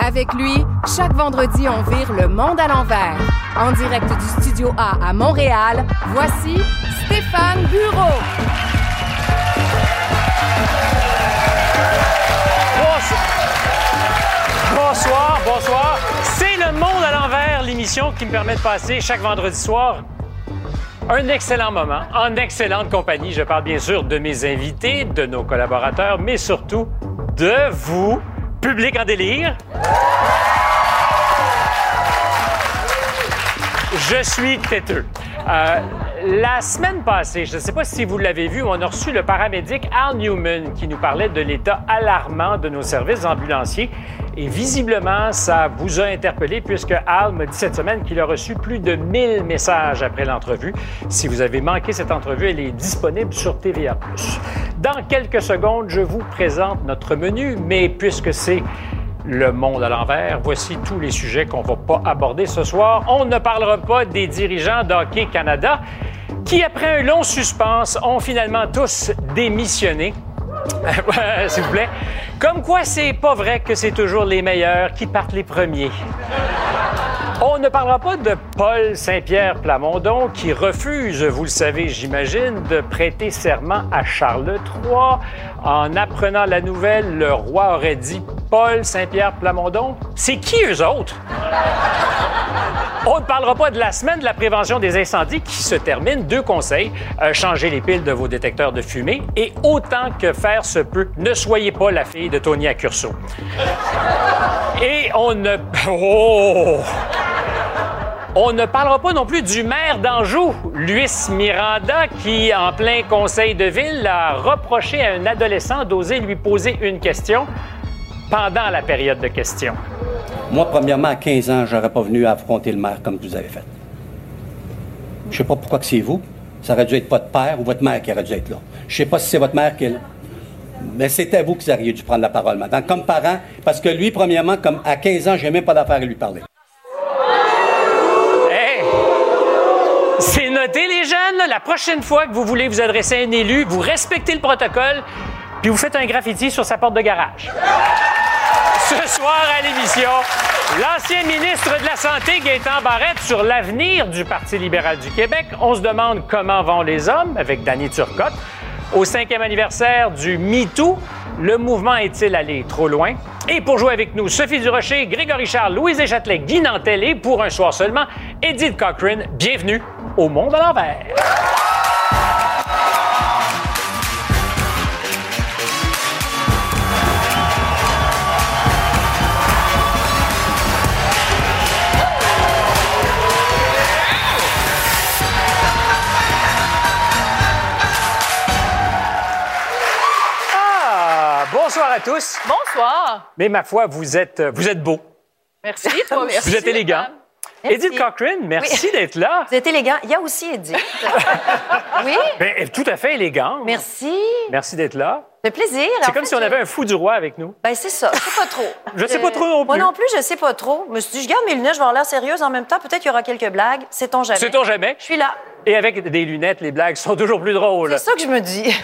Avec lui, chaque vendredi, on vire le monde à l'envers. En direct du Studio A à Montréal, voici Stéphane Bureau. Bonsoir. C'est le monde à l'envers, l'émission qui me permet de passer chaque vendredi soir un excellent moment, en excellente compagnie. Je parle bien sûr de mes invités, de nos collaborateurs, mais surtout de vous, public en délire. Je suis têteux. La semaine passée, je ne sais pas si vous l'avez vu, on a reçu le paramédic Al Newman qui nous parlait de l'état alarmant de nos services ambulanciers. Et visiblement, ça vous a interpellé puisque Al m'a dit cette semaine qu'il a reçu plus de 1000 messages après l'entrevue. Si vous avez manqué cette entrevue, elle est disponible sur TVA+. Dans quelques secondes, je vous présente notre menu, mais puisque c'est le monde à l'envers, voici tous les sujets qu'on ne va pas aborder ce soir. On ne parlera pas des dirigeants d'Hockey Canada qui, après un long suspense, ont finalement tous démissionné. S'il vous plaît. Comme quoi, c'est pas vrai que c'est toujours les meilleurs qui partent les premiers. On ne parlera pas de Paul Saint-Pierre Plamondon qui refuse, vous le savez, j'imagine, de prêter serment à Charles III. En apprenant la nouvelle, le roi aurait dit « Paul Saint-Pierre Plamondon, c'est qui eux autres? » On ne parlera pas de la semaine de la prévention des incendies qui se termine. 2 conseils. Changez les piles de vos détecteurs de fumée et autant que faire se peut, ne soyez pas la fille de Tony Accurso. Et on ne... On ne parlera pas non plus du maire d'Anjou, Luis Miranda, qui, en plein conseil de ville, a reproché à un adolescent d'oser lui poser une question pendant la période de questions. Moi, premièrement, à 15 ans, j'aurais pas venu affronter le maire comme vous avez fait. Je sais pas pourquoi que c'est vous. Ça aurait dû être votre père ou votre mère qui aurait dû être là. Je sais pas si c'est votre mère qui est là. Mais c'était vous qui auriez dû prendre la parole maintenant, comme parent, parce que lui, premièrement, comme à 15 ans, j'ai même pas d'affaire à lui parler. C'est noté, les jeunes. Là, la prochaine fois que vous voulez vous adresser à un élu, vous respectez le protocole, puis vous faites un graffiti sur sa porte de garage. Ce soir à l'émission, l'ancien ministre de la Santé, Gaétan Barrette, sur l'avenir du Parti libéral du Québec. On se demande comment vont les hommes, avec Danny Turcotte. Au 5e anniversaire du MeToo, le mouvement est-il allé trop loin? Et pour jouer avec nous, Sophie Durocher, Grégory Charles, Louise Deschâtelet, Guy Nantel et pour un soir seulement, Edith Cochrane. Bienvenue au monde à l'envers. Bonsoir à tous. Bonsoir. Mais ma foi, vous êtes beau. Merci, toi, merci. Vous êtes élégant. Merci. Edith Cochrane, merci d'être là. Vous êtes élégant. Il y a aussi Edith. Oui? Bien, tout à fait élégant. Merci. Merci d'être là. Ça fait plaisir. C'est comme si on avait un fou du roi avec nous. Ben c'est ça. Je sais pas trop. Je sais pas trop non plus. Moi non plus, je sais pas trop. Je me suis dit, je garde mes lunettes, je vais avoir l'air sérieuse en même temps. Peut-être qu'il y aura quelques blagues. Sait-on jamais. Sait-on jamais. Je suis là. Et avec des lunettes, les blagues sont toujours plus drôles. C'est ça que je me dis.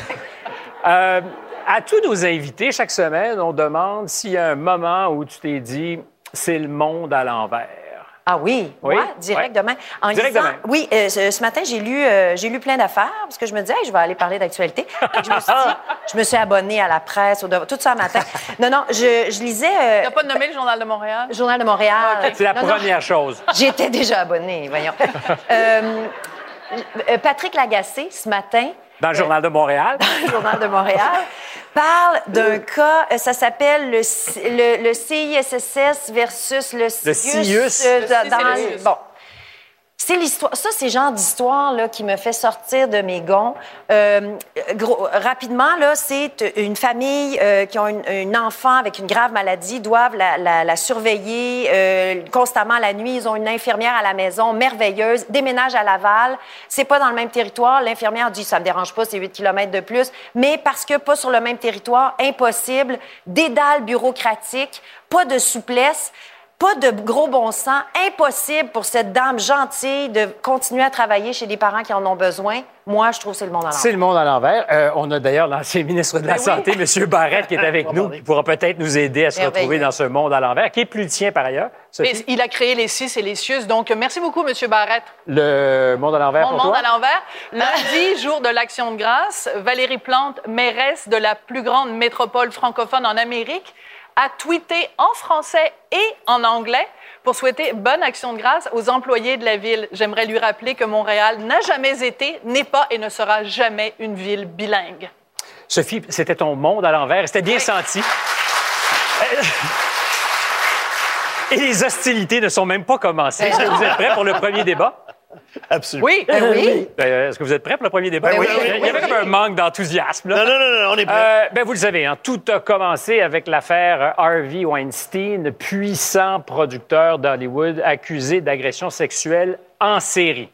À tous nos invités, chaque semaine, on demande s'il y a un moment où tu t'es dit « c'est le monde à l'envers ». Ah oui? Oui? Ouais, direct demain. En direct lisant, demain. Oui, ce matin, j'ai lu plein d'affaires parce que je me disais, hey, je vais aller parler d'actualité. Et je me suis dit, je me suis abonnée à la presse, tout ça le matin. Non, je lisais... Tu n'as pas nommé le Journal de Montréal? Journal de Montréal. Okay. C'est la première chose. J'étais déjà abonnée, voyons. Patrick Lagacé, ce matin... Dans le Journal de Montréal. Dans le Journal de Montréal, parle d'un cas, ça s'appelle le CISSS versus le CIUS. Bon. C'est l'histoire. Ça, c'est le genre d'histoire là, qui me fait sortir de mes gonds. Rapidement, là, c'est une famille qui ont une enfant avec une grave maladie, doivent la surveiller constamment la nuit. Ils ont une infirmière à la maison, merveilleuse, déménage à Laval. C'est pas dans le même territoire. L'infirmière dit, ça me dérange pas, c'est 8 km de plus. Mais parce que pas sur le même territoire, impossible, dédale bureaucratique, pas de souplesse. Pas de gros bon sens. Impossible pour cette dame gentille de continuer à travailler chez des parents qui en ont besoin. Moi, je trouve que c'est le monde à l'envers. C'est le monde à l'envers. On a d'ailleurs l'ancien ministre de la Santé, M. Barrette, qui est avec nous, qui pourra peut-être nous aider à se retrouver dans ce monde à l'envers, qui est plus le tien par ailleurs. Et il a créé les CIS et les CIUS. Donc, merci beaucoup, M. Barrette. Le monde à l'envers pour toi? Mon monde à l'envers. Lundi, jour de l'Action de grâce, Valérie Plante, mairesse de la plus grande métropole francophone en Amérique, a tweeté en français et en anglais pour souhaiter bonne action de grâce aux employés de la ville. J'aimerais lui rappeler que Montréal n'a jamais été, n'est pas et ne sera jamais une ville bilingue. Sophie, c'était ton monde à l'envers. C'était bien senti. Et les hostilités ne sont même pas commencées. Est-ce que vous êtes prêts pour le premier débat? Absolument. Oui. Oui. Est-ce que vous êtes prêts pour le premier débat? Oui. Il y avait comme un manque d'enthousiasme. Là. Non, on est prêts. Vous le savez, tout a commencé avec l'affaire Harvey Weinstein, puissant producteur d'Hollywood accusé d'agression sexuelle en série.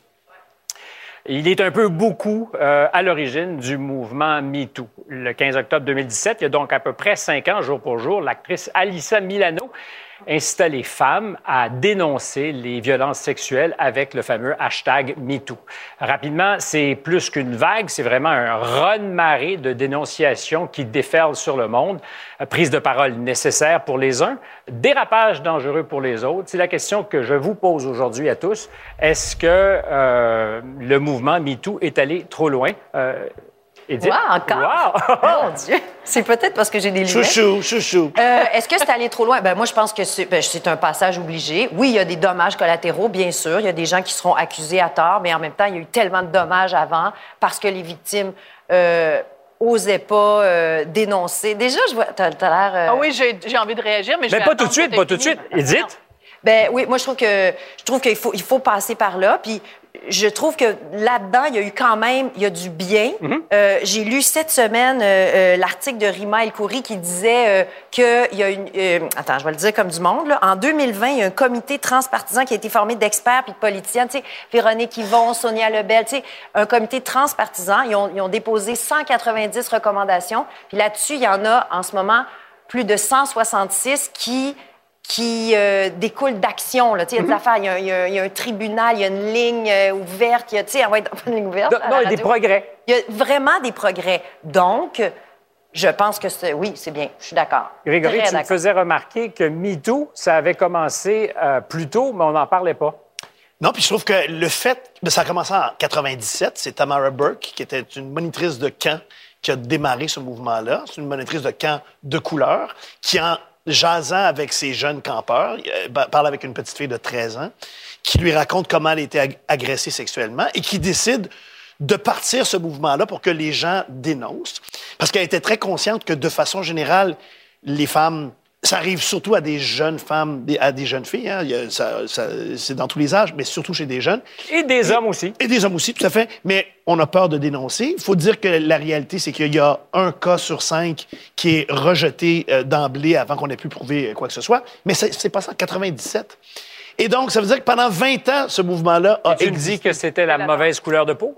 Il est un peu beaucoup à l'origine du mouvement MeToo. Le 15 octobre 2017, il y a donc à peu près 5 ans, jour pour jour, l'actrice Alyssa Milano incitait les femmes à dénoncer les violences sexuelles avec le fameux hashtag MeToo. Rapidement, c'est plus qu'une vague, c'est vraiment un raz-de-marée de dénonciations qui déferlent sur le monde. Prise de parole nécessaire pour les uns, dérapage dangereux pour les autres. C'est la question que je vous pose aujourd'hui à tous. Est-ce que le mouvement MeToo est allé trop loin? Edith? Wow, encore? Wow! Mon Dieu! C'est peut-être parce que j'ai des lunettes. Chouchou. Est-ce que c'est allé trop loin? Moi, je pense que c'est un passage obligé. Oui, il y a des dommages collatéraux, bien sûr. Il y a des gens qui seront accusés à tort, mais en même temps, il y a eu tellement de dommages avant parce que les victimes osaient pas dénoncer. Déjà, je vois... T'as l'air... Ah oui, j'ai envie de réagir, mais je vais pas tout de attendre suite, que pas t'aies tout de suite. fini. Edith? Oui, moi, je trouve qu'il faut passer par là. Puis je trouve que là-dedans, il y a eu quand même, il y a du bien. J'ai lu cette semaine l'article de Rima El-Khoury qui disait qu'il y a une... attends, je vais le dire comme du monde. Là. En 2020, il y a un comité transpartisan qui a été formé d'experts puis de politiciens. Tu sais, Véronique Yvon, Sonia Lebel, tu sais, un comité transpartisan. Ils ont déposé 190 recommandations. Puis là-dessus, il y en a en ce moment plus de 166 qui découle d'actions. Il y a des affaires, il y a un tribunal, il y a une ligne ouverte, il y a, tu sais, on va être dans une ligne ouverte. Non, il y a des progrès. Il y a vraiment des progrès. Donc, je pense que oui, c'est bien. Je suis d'accord. Grégory, Très tu me d'accord. faisais remarquer que MeToo, ça avait commencé plus tôt, mais on n'en parlait pas. Non, puis je trouve que le fait... ça a commencé en 97. C'est Tamara Burke, qui était une monitrice de camp, qui a démarré ce mouvement-là. C'est une monitrice de camp de couleur, qui en jasant avec ces jeunes campeurs, parle avec une petite fille de 13 ans, qui lui raconte comment elle a été agressée sexuellement et qui décide de partir ce mouvement-là pour que les gens dénoncent. Parce qu'elle était très consciente que, de façon générale, les femmes... Ça arrive surtout à des jeunes femmes, à des jeunes filles. Hein. C'est dans tous les âges, mais surtout chez des jeunes. Et des hommes aussi. Et des hommes aussi, tout à fait. Mais on a peur de dénoncer. Il faut dire que la réalité, c'est qu'il y a 1 cas sur 5 qui est rejeté d'emblée avant qu'on ait pu prouver quoi que ce soit. Mais c'est passé en 97. Et donc, ça veut dire que pendant 20 ans, ce mouvement-là a Tu me existé. dis que c'était la mauvaise couleur de peau?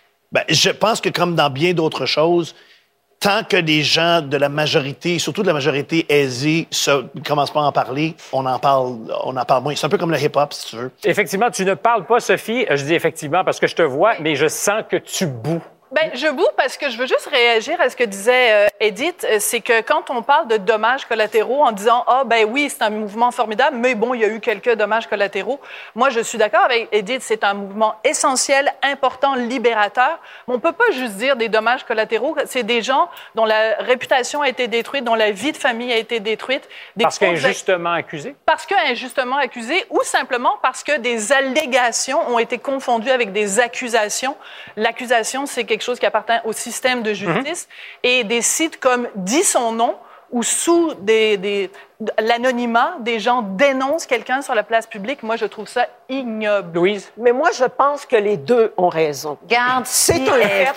Je pense que, comme dans bien d'autres choses, tant que les gens de la majorité, surtout de la majorité aisée, ne commencent pas à en parler, on en parle moins. C'est un peu comme le hip-hop, si tu veux. Effectivement, tu ne parles pas, Sophie. Je dis effectivement parce que je te vois, mais je sens que tu boues. Je boue parce que je veux juste réagir à ce que disait Edith. C'est que quand on parle de dommages collatéraux en disant « Ah, oui, c'est un mouvement formidable, mais bon, il y a eu quelques dommages collatéraux », moi, je suis d'accord avec Edith, c'est un mouvement essentiel, important, libérateur. Mais on peut pas juste dire des dommages collatéraux. C'est des gens dont la réputation a été détruite, dont la vie de famille a été détruite. Parce qu'injustement accusés? Parce qu'injustement accusés ou simplement parce que des allégations ont été confondues avec des accusations. L'accusation, c'est quelque chose qui appartient au système de justice. Et des sites comme Dis son nom ou sous l'anonymat, des gens dénoncent quelqu'un sur la place publique. Moi, je trouve ça ignoble. Louise? Mais moi, je pense que les deux ont raison. Garde, C'est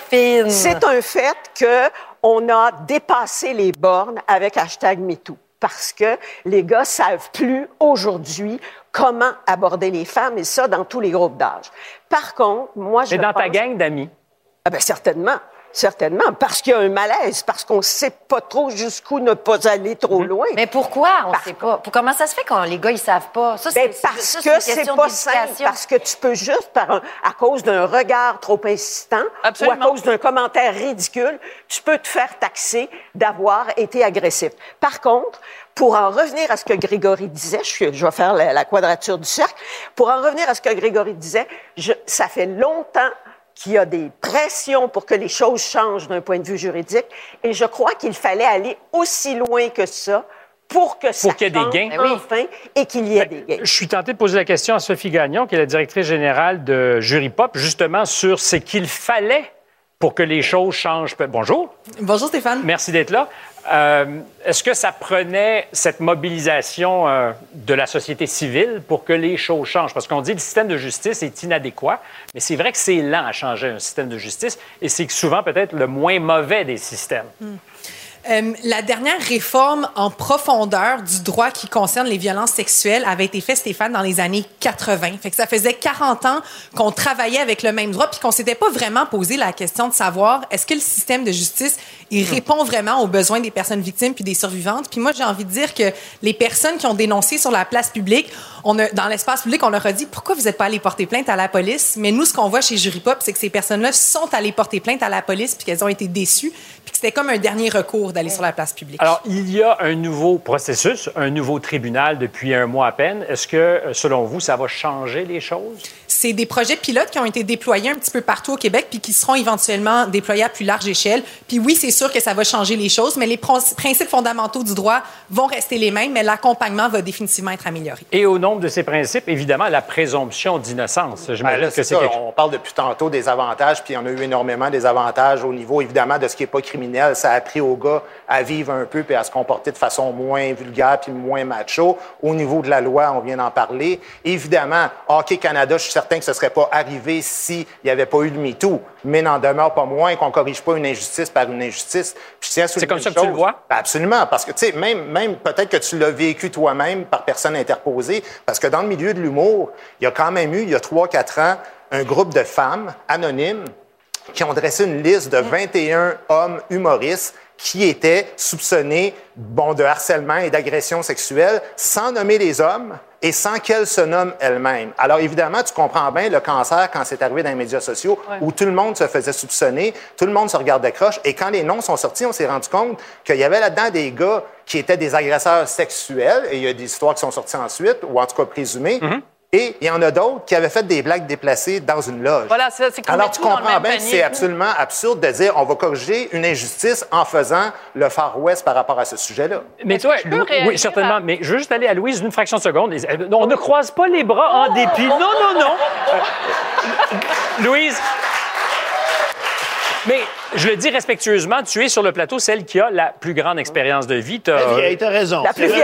un fait qu'on a dépassé les bornes avec #MeToo. Parce que les gars savent plus aujourd'hui comment aborder les femmes, et ça, dans tous les groupes d'âge. Par contre, moi, je Mais dans ta pense... gang d'amis? Ah certainement. certainement. Parce qu'il y a un malaise, parce qu'on ne sait pas trop jusqu'où ne pas aller trop loin. Mais pourquoi on ne sait pas? Comment ça se fait quand les gars, ils ne savent pas? Ça, parce que c'est pas simple. Parce que tu peux juste, à cause d'un regard trop insistant ou à cause d'un commentaire ridicule, tu peux te faire taxer d'avoir été agressif. Par contre, pour en revenir à ce que Grégory disait, je vais faire la quadrature du cercle, pour en revenir à ce que Grégory disait, ça fait longtemps qu'il y a des pressions pour que les choses changent d'un point de vue juridique, et je crois qu'il fallait aller aussi loin que ça pour que ça qu'il y ait des gains. Enfin, et qu'il y ait des gains. Je suis tenté de poser la question à Sophie Gagnon, qui est la directrice générale de Jury Pop, justement sur ce qu'il fallait pour que les choses changent. Bonjour. Bonjour Stéphane. Merci d'être là. Est-ce que ça prenait cette mobilisation de la société civile pour que les choses changent? Parce qu'on dit que le système de justice est inadéquat, mais c'est vrai que c'est lent à changer un système de justice et c'est souvent peut-être le moins mauvais des systèmes. La dernière réforme en profondeur du droit qui concerne les violences sexuelles avait été faite, Stéphane, dans les années 80. Fait que ça faisait 40 ans qu'on travaillait avec le même droit puis qu'on s'était pas vraiment posé la question de savoir est-ce que le système de justice il répond vraiment aux besoins des personnes victimes puis des survivantes. Puis moi, j'ai envie de dire que les personnes qui ont dénoncé sur la place publique, dans l'espace public, on leur a dit pourquoi vous n'êtes pas allés porter plainte à la police? Mais nous, ce qu'on voit chez Jury Pop, c'est que ces personnes-là sont allées porter plainte à la police puis qu'elles ont été déçues puis que c'était comme un dernier recours d'aller sur la place publique. Alors, il y a un nouveau processus, un nouveau tribunal depuis un mois à peine. Est-ce que, selon vous, ça va changer les choses? C'est des projets pilotes qui ont été déployés un petit peu partout au Québec puis qui seront éventuellement déployés à plus large échelle. Puis oui, c'est sûr que ça va changer les choses, mais les principes fondamentaux du droit vont rester les mêmes, mais l'accompagnement va définitivement être amélioré. Et au nombre de ces principes, évidemment, la présomption d'innocence. J'imagine que c'est ça. On parle depuis tantôt des avantages, puis on a eu énormément des avantages au niveau, évidemment, de ce qui n'est pas criminel. Ça a appris aux gars à vivre un peu puis à se comporter de façon moins vulgaire puis moins macho. Au niveau de la loi, on vient d'en parler. Évidemment, Hockey Canada, je suis certain que ce ne serait pas arrivé s'il n'y avait pas eu de MeToo, mais n'en demeure pas moins qu'on ne corrige pas une injustice par une injustice. C'est comme ça que tu le vois? Ben absolument, parce que, tu sais, même peut-être que tu l'as vécu toi-même par personne interposée, parce que dans le milieu de l'humour, il y a quand même eu, il y a 3-4 ans, un groupe de femmes anonymes qui ont dressé une liste de 21 hommes humoristes qui étaient soupçonnés de harcèlement et d'agression sexuelle sans nommer les hommes et sans qu'elles se nomment elles-mêmes. Alors, évidemment, tu comprends bien le cancer quand c'est arrivé dans les médias sociaux où tout le monde se faisait soupçonner, tout le monde se regardait croche. Et quand les noms sont sortis, on s'est rendu compte qu'il y avait là-dedans des gars qui étaient des agresseurs sexuels, et il y a des histoires qui sont sorties ensuite, ou en tout cas présumées. Et il y en a d'autres qui avaient fait des blagues déplacées dans une loge. Voilà, c'est alors, tu comprends bien que c'est absolument absurde de dire on va corriger une injustice en faisant le Far West par rapport à ce sujet-là. Mais toi, oui, certainement. Mais je veux juste aller à Louise une fraction de seconde. On ne croise pas les bras en dépit. Non. Louise... Mais je le dis respectueusement, tu es sur le plateau celle qui a la plus grande expérience de vie. La vieille, t'as raison. La plus vieille.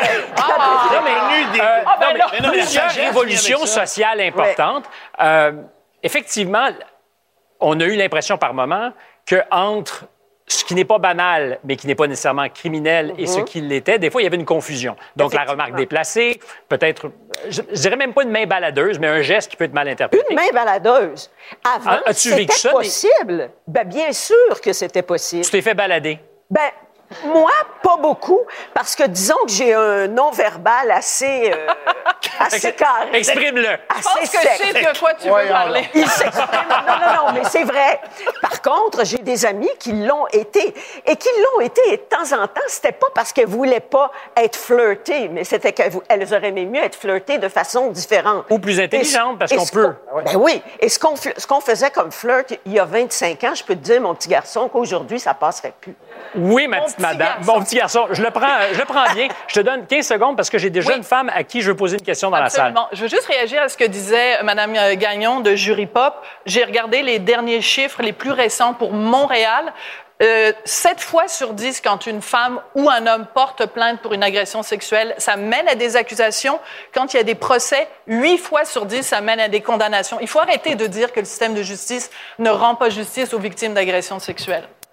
Plusieurs révolutions sociales importantes. Effectivement, on a eu l'impression par moment qu'entre ce qui n'est pas banal, mais qui n'est pas nécessairement criminel, et ce qui l'était, des fois, il y avait une confusion. Donc, la remarque déplacée, peut-être, je dirais même pas une main baladeuse, mais un geste qui peut être mal interprété. Une main baladeuse. Avant, c'était possible. Ben, bien sûr que c'était possible. Tu t'es fait balader? Ben, moi, pas beaucoup, parce que disons que j'ai un non-verbal assez carré. Exprime-le. Je pense que je sais de quoi tu veux parler. Il s'exprime. Non, mais c'est vrai. Par contre, j'ai des amis qui l'ont été. Et qui l'ont été, et de temps en temps, c'était pas parce qu'elles voulaient pas être flirtées, mais c'était qu'elles auraient aimé mieux être flirtées de façon différente. Ou plus intelligente, parce qu'on peut. Ben oui. Et ce qu'on faisait comme flirt il y a 25 ans, je peux te dire, mon petit garçon, qu'aujourd'hui, ça passerait plus. Oui, ma petite madame. Mon petit garçon, je le prends bien. Je te donne 15 secondes parce que j'ai déjà une femme à qui je veux poser une question dans la salle. Je veux juste réagir à ce que disait Mme Gagnon de Jury Pop. J'ai regardé les derniers chiffres les plus récents pour Montréal. 7 fois sur 10, quand une femme ou un homme porte plainte pour une agression sexuelle, ça mène à des accusations. Quand il y a des procès, 8 fois sur 10, ça mène à des condamnations. Il faut arrêter de dire que le système de justice ne rend pas justice aux victimes d'agressions sexuelles.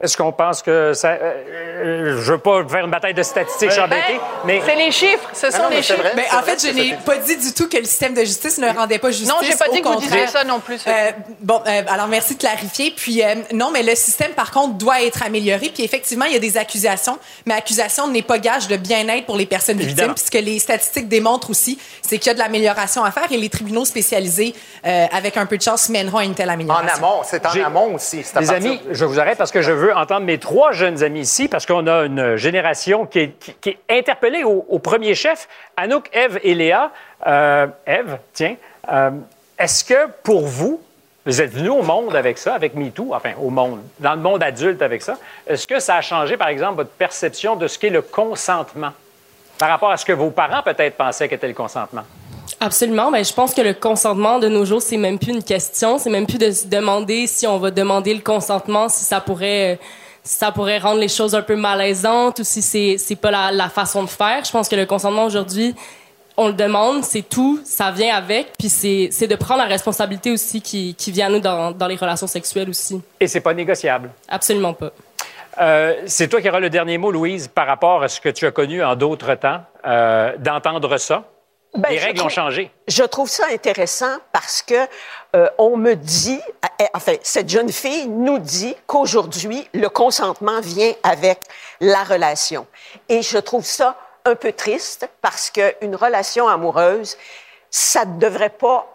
Est-ce qu'on pense que ça... je veux pas faire une bataille de statistiques, je suis embêté, mais... C'est les chiffres, ce sont les chiffres. Mais en fait, je n'ai pas dit du tout que le système de justice ne rendait pas justice. Non, j'ai pas dit que vous contraire. disiez ça non plus. Alors merci de clarifier. Puis non, mais le système, par contre, doit être amélioré. Puis effectivement, il y a des accusations, mais accusation n'est pas gage de bien-être pour les personnes victimes, puisque les statistiques démontrent aussi, c'est qu'il y a de l'amélioration à faire et les tribunaux spécialisés, avec un peu de chance, mèneront à une telle amélioration. En amont, c'est en amont aussi. Les amis, je vous arrête parce que je veux entendre mes 3 jeunes amis ici, parce qu'on a une génération qui est interpellée au premier chef. Anouk, Ève et Léa. Ève, tiens, est-ce que pour vous, vous êtes venus au monde avec ça, avec MeToo, enfin au monde, dans le monde adulte avec ça, est-ce que ça a changé, par exemple, votre perception de ce qu'est le consentement par rapport à ce que vos parents peut-être pensaient qu'était le consentement? Absolument. Ben, je pense que le consentement de nos jours, c'est même plus une question. C'est même plus de se demander si on va demander le consentement, si ça pourrait rendre les choses un peu malaisantes ou si c'est pas la façon de faire. Je pense que le consentement aujourd'hui, on le demande, c'est tout, ça vient avec, puis c'est de prendre la responsabilité aussi qui vient à nous dans les relations sexuelles aussi. Et c'est pas négociable? Absolument pas. C'est toi qui auras le dernier mot, Louise, par rapport à ce que tu as connu en d'autres temps, d'entendre ça. Les règles ont changé. Je trouve ça intéressant parce que on me dit, enfin, cette jeune fille nous dit qu'aujourd'hui, le consentement vient avec la relation. Et je trouve ça un peu triste parce qu'une relation amoureuse, ça ne devrait pas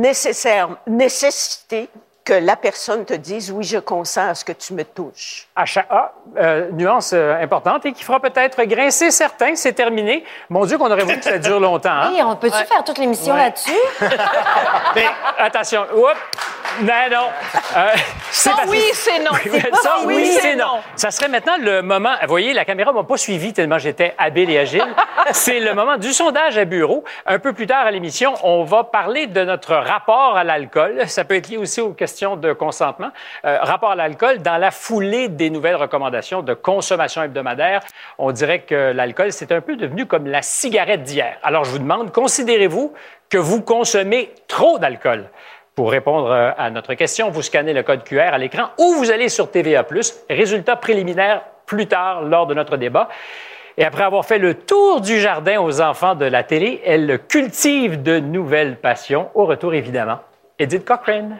nécessiter que la personne te dise « oui, je consens à ce que tu me touches ». Nuance importante et qui fera peut-être grincer certains. C'est terminé. Mon Dieu, qu'on aurait voulu que ça dure longtemps. Hein? Oui, on peut-tu faire toute l'émission là-dessus? Mais attention. Oups. Non. Sans oui, c'est non. Sans oui, c'est non. Ça serait maintenant le moment... Vous voyez, la caméra m'a pas suivi tellement j'étais habile et agile. C'est le moment du sondage à bureau. Un peu plus tard à l'émission, on va parler de notre rapport à l'alcool. Ça peut être lié aussi aux questions de consentement. Rapport à l'alcool, dans la foulée des nouvelles recommandations de consommation hebdomadaire, on dirait que l'alcool, c'est un peu devenu comme la cigarette d'hier. Alors, je vous demande, considérez-vous que vous consommez trop d'alcool? Pour répondre à notre question, vous scannez le code QR à l'écran ou vous allez sur TVA+. Résultats préliminaires plus tard lors de notre débat. Et après avoir fait le tour du jardin aux enfants de la télé, elle cultive de nouvelles passions. Au retour, évidemment, Edith Cochrane.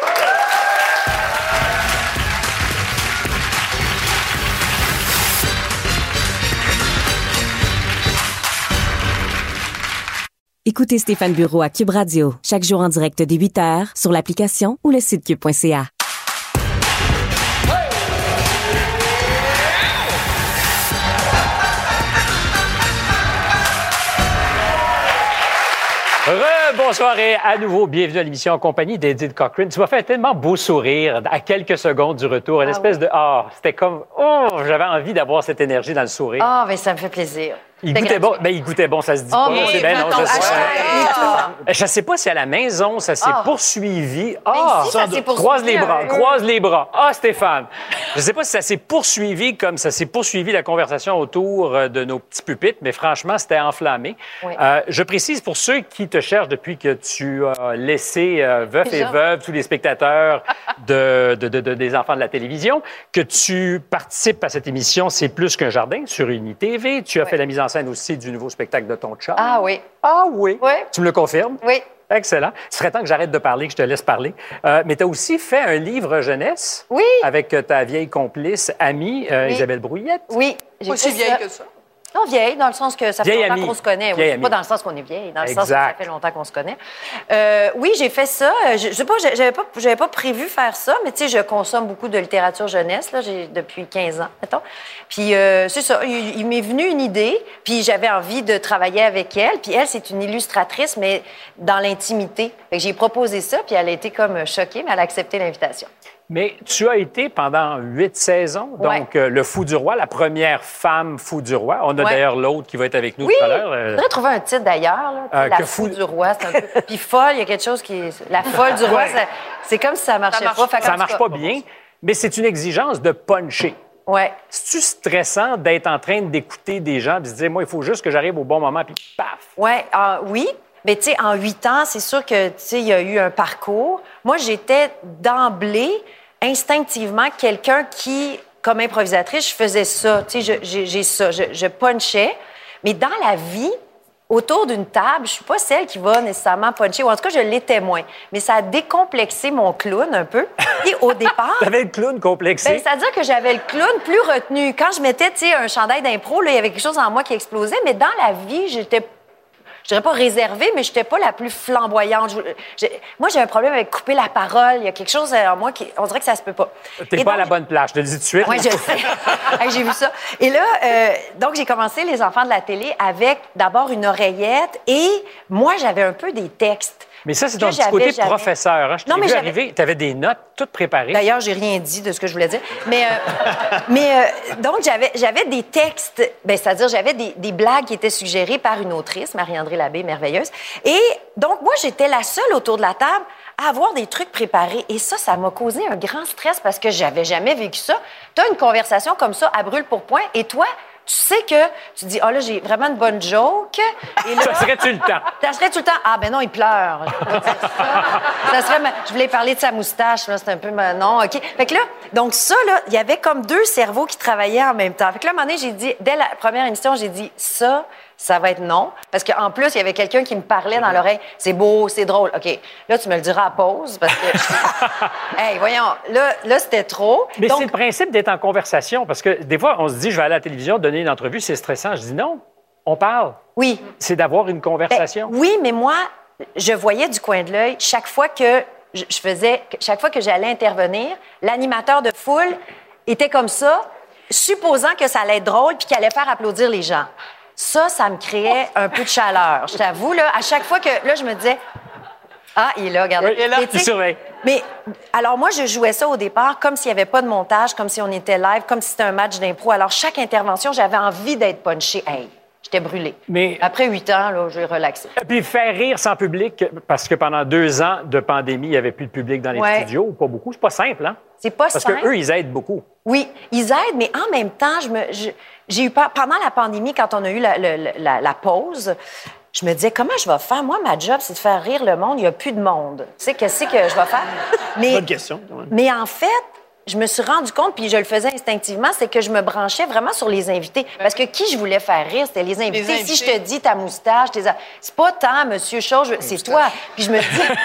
Écoutez Stéphane Bureau à Cube Radio, chaque jour en direct dès 8h sur l'application ou le site cube.ca. Bonsoir et à nouveau, bienvenue à l'émission en compagnie d'Edith Cochrane. Tu m'as fait un tellement beau sourire à quelques secondes du retour, une espèce de... c'était comme... j'avais envie d'avoir cette énergie dans le sourire. Mais ça me fait plaisir. Il goûtait bon. Ben, il goûtait bon, ça se dit pas. C'est bien, non, je sais pas si à la maison, ça s'est poursuivi. Croise les bras, croise les bras. Stéphane. Je sais pas si ça s'est poursuivi comme ça s'est poursuivi la conversation autour de nos petits pupitres, mais franchement, c'était enflammé. Oui. Je précise pour ceux qui te cherchent depuis que tu as laissé veuf et veuve tous les spectateurs des enfants de la télévision, que tu participes à cette émission C'est plus qu'un jardin sur UniTV. Tu as fait la mise en scène aussi du nouveau spectacle de ton chum. Ah oui. Oui. Tu me le confirmes? Oui. Excellent. Ce serait temps que j'arrête de parler, que je te laisse parler. Mais tu as aussi fait un livre jeunesse. Oui. Avec ta vieille complice, amie, Isabelle Brouillette. Oui. Aussi vieille que ça. Non, vieille, dans le sens que ça fait vieille longtemps amie. qu'on se connaît. Oui, pas dans le sens qu'on est vieille, dans le sens que ça fait longtemps qu'on se connaît. Oui, j'ai fait ça. Je sais pas, j'avais pas prévu faire ça, mais tu sais, je consomme beaucoup de littérature jeunesse, là, depuis 15 ans, mettons. Puis c'est ça, il m'est venu une idée, puis j'avais envie de travailler avec elle. Puis elle, c'est une illustratrice, mais dans l'intimité. Fait que j'ai proposé ça, puis elle a été comme choquée, mais elle a accepté l'invitation. Mais tu as été pendant 8 saisons, donc le Fou du Roi, la première femme Fou du Roi. On a d'ailleurs l'autre qui va être avec nous tout à l'heure. Je voudrais trouver un titre d'ailleurs. La Fou du Roi, c'est un peu... Puis folle, il y a quelque chose qui est... La folle du Roi, c'est comme si ça marchait pas. Ça marche pas bien, mais c'est une exigence de puncher. Ouais. C'est-tu stressant d'être en train d'écouter des gens et de se dire, moi, il faut juste que j'arrive au bon moment, puis paf! Oui. Mais tu sais, en 8 ans, c'est sûr que, tu sais, il y a eu un parcours. Moi, j'étais d'emblée, instinctivement, quelqu'un qui comme improvisatrice, je faisais ça. Tu sais, j'ai ça. Je punchais. Mais dans la vie, autour d'une table, je suis pas celle qui va nécessairement puncher, ou en tout cas, je l'étais moins. Mais ça a décomplexé mon clown un peu. Et au départ... T'avais le clown complexé? Ben, c'est-à-dire que j'avais le clown plus retenu. Quand je mettais, tu sais, un chandail d'impro, là, il y avait quelque chose en moi qui explosait, mais dans la vie, j'étais... Je dirais pas réservée, mais je n'étais pas la plus flamboyante. Moi, j'ai un problème avec couper la parole. Il y a quelque chose en moi qui... On dirait que ça se peut pas. T'es pas à la bonne place, je te le dis tout de suite. Oui, je sais. J'ai vu ça. Et là, donc, j'ai commencé Les Enfants de la télé avec d'abord une oreillette et moi, j'avais un peu des textes. Mais ça, c'est ton petit côté professeur. Hein? Je t'ai vu arriver, tu avais des notes toutes préparées. D'ailleurs, j'ai rien dit de ce que je voulais dire. Mais donc, j'avais des textes, c'est-à-dire j'avais des blagues qui étaient suggérées par une autrice, Marie-André Labbé, merveilleuse. Et donc, moi, j'étais la seule autour de la table à avoir des trucs préparés. Et ça m'a causé un grand stress parce que j'avais jamais vécu ça. Tu as une conversation comme ça à brûle pour point et toi, tu sais que tu dis, là, j'ai vraiment une bonne joke. Et là, ça serait-tu le temps? Ça serait-tu le temps? Ah, ben non, il pleure. Ça serait je voulais parler de sa moustache, là, c'est un peu... Non, OK. Fait que là, donc ça, là, il y avait comme deux cerveaux qui travaillaient en même temps. Fait que là, à un moment donné, j'ai dit, dès la première émission, j'ai dit, ça va être non. Parce qu'en plus, il y avait quelqu'un qui me parlait dans l'oreille. C'est beau, c'est drôle. OK. Là, tu me le diras à pause parce que... Hey, voyons, là, c'était trop. Mais c'est le principe d'être en conversation parce que des fois, on se dit, je vais aller à la télévision, donner une entrevue, c'est stressant. Je dis non, on parle. Oui. C'est d'avoir une conversation. Oui, mais moi, je voyais du coin de l'œil chaque fois que chaque fois que j'allais intervenir, l'animateur de foule était comme ça, supposant que ça allait être drôle puis qu'il allait faire applaudir les gens. Ça me créait un peu de chaleur. Je t'avoue, là, à chaque fois que... Là, je me disais... Ah, il est là, regarde. Oui, il est là, tu surveilles. Mais, alors, moi, je jouais ça au départ comme s'il n'y avait pas de montage, comme si on était live, comme si c'était un match d'impro. Alors, chaque intervention, j'avais envie d'être punchée. Hey, j'étais brûlée. Mais après 8 ans, là, j'ai relaxé. Puis faire rire sans public, parce que pendant 2 ans de pandémie, il n'y avait plus de public dans les studios, ou pas beaucoup. C'est pas simple, hein? C'est pas simple. Parce qu'eux, ils aident beaucoup. Oui, ils aident, mais en même temps, j'ai eu peur. Pendant la pandémie, quand on a eu la pause, je me disais, comment je vais faire? Moi, ma job, c'est de faire rire le monde. Il n'y a plus de monde. Tu sais, qu'est-ce que je vais faire? Bonne question. Mais en fait, je me suis rendu compte, puis je le faisais instinctivement, c'est que je me branchais vraiment sur les invités. Parce que qui je voulais faire rire, c'était les invités. Si je te dis ta moustache, c'est pas tant Monsieur Chose, c'est toi. Puis je me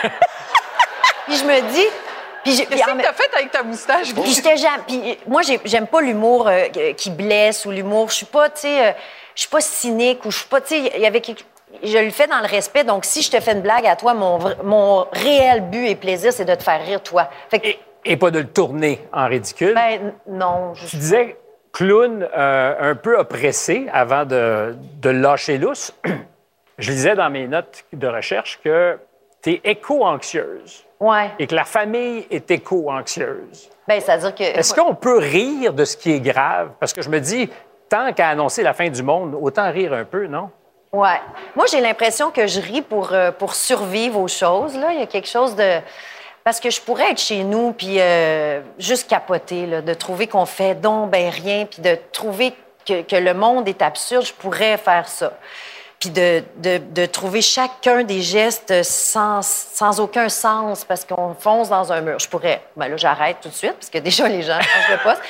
dis... Qu'est-ce que t'as fait avec ta moustache? Puis moi, j'aime pas l'humour qui blesse ou l'humour... Je suis pas, tu sais... Je suis pas cynique ou je suis pas... Tu sais, il y avait je le fais dans le respect. Donc, si je te fais une blague à toi, mon réel but et plaisir, c'est de te faire rire, toi. Fait que... Et pas de le tourner en ridicule. Ben non. Tu disais clown un peu oppressé avant de lâcher lousse. Je lisais dans mes notes de recherche que tu es éco-anxieuse. Ouais. Et que la famille est éco-anxieuse. Bien, c'est-à-dire que... Est-ce qu'on peut rire de ce qui est grave? Parce que je me dis, tant qu'à annoncer la fin du monde, autant rire un peu, non? Ouais. Moi, j'ai l'impression que je ris pour survivre aux choses. Là. Il y a quelque chose de... Parce que je pourrais être chez nous puis juste capoter, là, de trouver qu'on fait donc ben rien, puis de trouver que le monde est absurde. Je pourrais faire ça. Puis de trouver chacun des gestes sans aucun sens parce qu'on fonce dans un mur. Je pourrais. Ben là, j'arrête tout de suite parce que déjà, les gens changent de poste.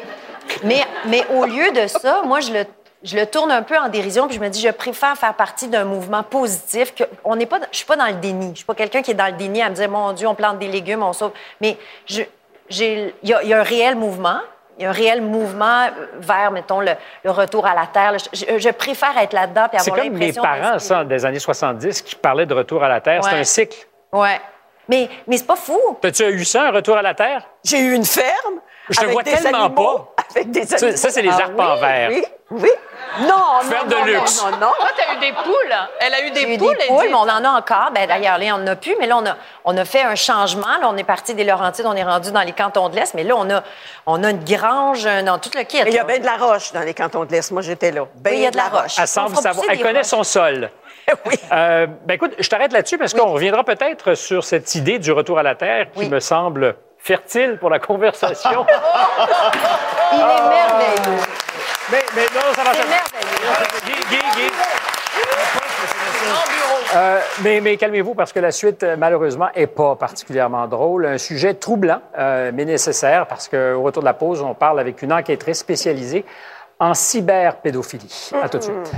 Mais au lieu de ça, moi, je le tourne un peu en dérision puis je me dis, je préfère faire partie d'un mouvement positif. Je suis pas dans le déni. Je suis pas quelqu'un qui est dans le déni à me dire, mon Dieu, on plante des légumes, on sauve. Mais il y a un réel mouvement. Il y a un réel mouvement vers, mettons, le retour à la Terre. Je préfère être là-dedans et avoir l'impression... C'est comme mes parents, ça, des années 70, qui parlaient de retour à la Terre. Ouais. C'est un cycle. Oui. Mais c'est pas fou. T'as-tu eu ça, un retour à la Terre? J'ai eu une ferme. Je te vois tellement pas. Avec des animaux. Ça, c'est les arpents verts. Oui. Non, ferme de luxe. Non. Toi, t'as eu des poules. Elle a eu des poules. Mais on en a encore. Ben, d'ailleurs, là, on n'en a plus. Mais là, on a fait un changement. Là, on est parti des Laurentides, on est rendu dans les cantons de l'Est. Mais là, on a une grange dans tout le kit. Il y a bien de la roche dans les cantons de l'Est. Moi, j'étais là. Oui, il y a de la roche. Elle semble savoir. Elle connaît son sol. Oui. Ben écoute, je t'arrête là-dessus parce qu'on reviendra peut-être sur cette idée du retour à la Terre qui me semble fertile pour la conversation. Il est merveilleux. Mais non, ça va. C'est merveilleux. Guy. En bureau. Mais calmez-vous parce que la suite, malheureusement, n'est pas particulièrement drôle. Un sujet troublant, mais nécessaire parce qu'au retour de la pause, on parle avec une enquêtrice spécialisée en cyberpédophilie. À tout de suite.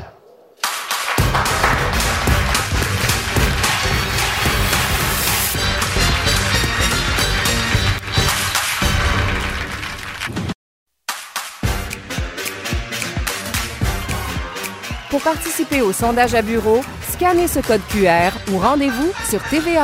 Pour participer au sondage à bureau, scannez ce code QR ou rendez-vous sur TVA+.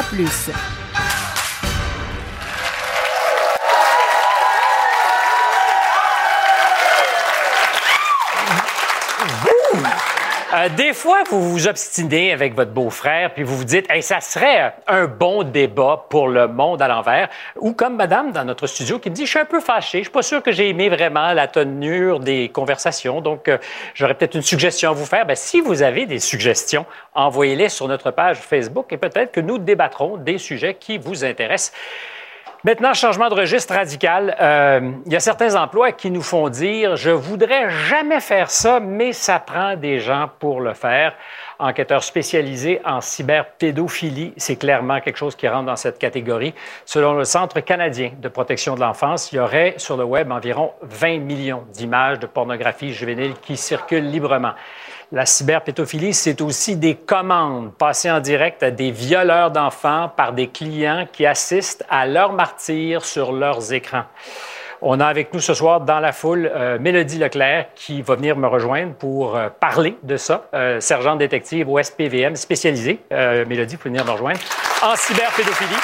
Des fois, vous vous obstinez avec votre beau-frère, puis vous vous dites, hey, ça serait un bon débat pour le monde à l'envers. Ou comme madame dans notre studio qui me dit, je suis un peu fâché, je suis pas sûr que j'ai aimé vraiment la tenue des conversations, donc j'aurais peut-être une suggestion à vous faire. Bien, si vous avez des suggestions, envoyez-les sur notre page Facebook et peut-être que nous débattrons des sujets qui vous intéressent. Maintenant, changement de registre radical. Il y a certains emplois qui nous font dire « Je voudrais jamais faire ça, mais ça prend des gens pour le faire ». Enquêteur spécialisé en cyberpédophilie, c'est clairement quelque chose qui rentre dans cette catégorie. Selon le Centre canadien de protection de l'enfance, il y aurait sur le web environ 20 millions d'images de pornographie juvénile qui circulent librement. La cyberpédophilie, c'est aussi des commandes passées en direct à des violeurs d'enfants par des clients qui assistent à leurs martyrs sur leurs écrans. On a avec nous ce soir dans la foule Mélodie Leclerc qui va venir me rejoindre pour parler de ça. Sergente détective au SPVM spécialisée. Mélodie, vous pouvez venir me rejoindre. En cyberpédophilie.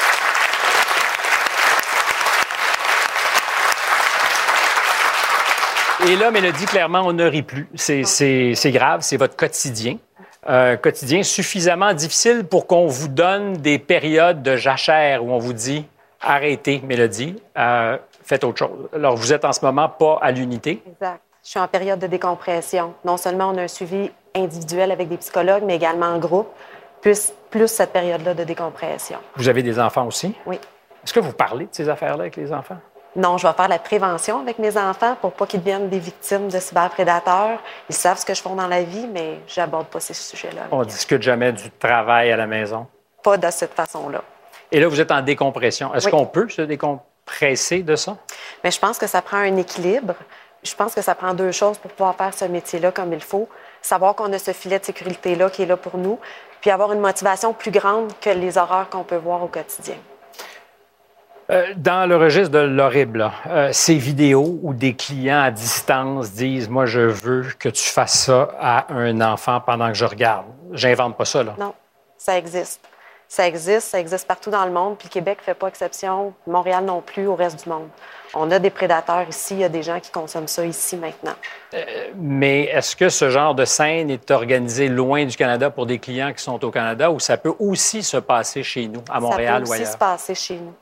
Et là, Mélodie, clairement, on ne rit plus. C'est grave, c'est votre quotidien. Quotidien suffisamment difficile pour qu'on vous donne des périodes de jachère où on vous dit « Arrêtez, Mélodie, faites autre chose ». Alors, vous êtes en ce moment pas à l'unité. Exact. Je suis en période de décompression. Non seulement on a un suivi individuel avec des psychologues, mais également en groupe, plus cette période-là de décompression. Vous avez des enfants aussi? Oui. Est-ce que vous parlez de ces affaires-là avec les enfants? Non, je vais faire la prévention avec mes enfants pour pas qu'ils deviennent des victimes de cyberprédateurs. Ils savent ce que je fais dans la vie, mais j'aborde pas ces sujets-là. On discute jamais du travail à la maison? Pas de cette façon-là. Et là, vous êtes en décompression. Est-ce qu'on peut se décompresser de ça? Mais je pense que ça prend un équilibre. Je pense que ça prend deux choses pour pouvoir faire ce métier-là comme il faut. Savoir qu'on a ce filet de sécurité-là qui est là pour nous, puis avoir une motivation plus grande que les horreurs qu'on peut voir au quotidien. Dans le registre de l'horrible, ces vidéos où des clients à distance disent « Moi, je veux que tu fasses ça à un enfant pendant que je regarde ». J'invente pas ça, là. Non, ça existe. Ça existe partout dans le monde, puis le Québec ne fait pas exception, Montréal non plus, au reste du monde. On a des prédateurs ici, il y a des gens qui consomment ça ici maintenant. Mais est-ce que ce genre de scène est organisé loin du Canada pour des clients qui sont au Canada ou ça peut aussi se passer chez nous, à Montréal ou ailleurs? Ça peut aussi se passer chez nous.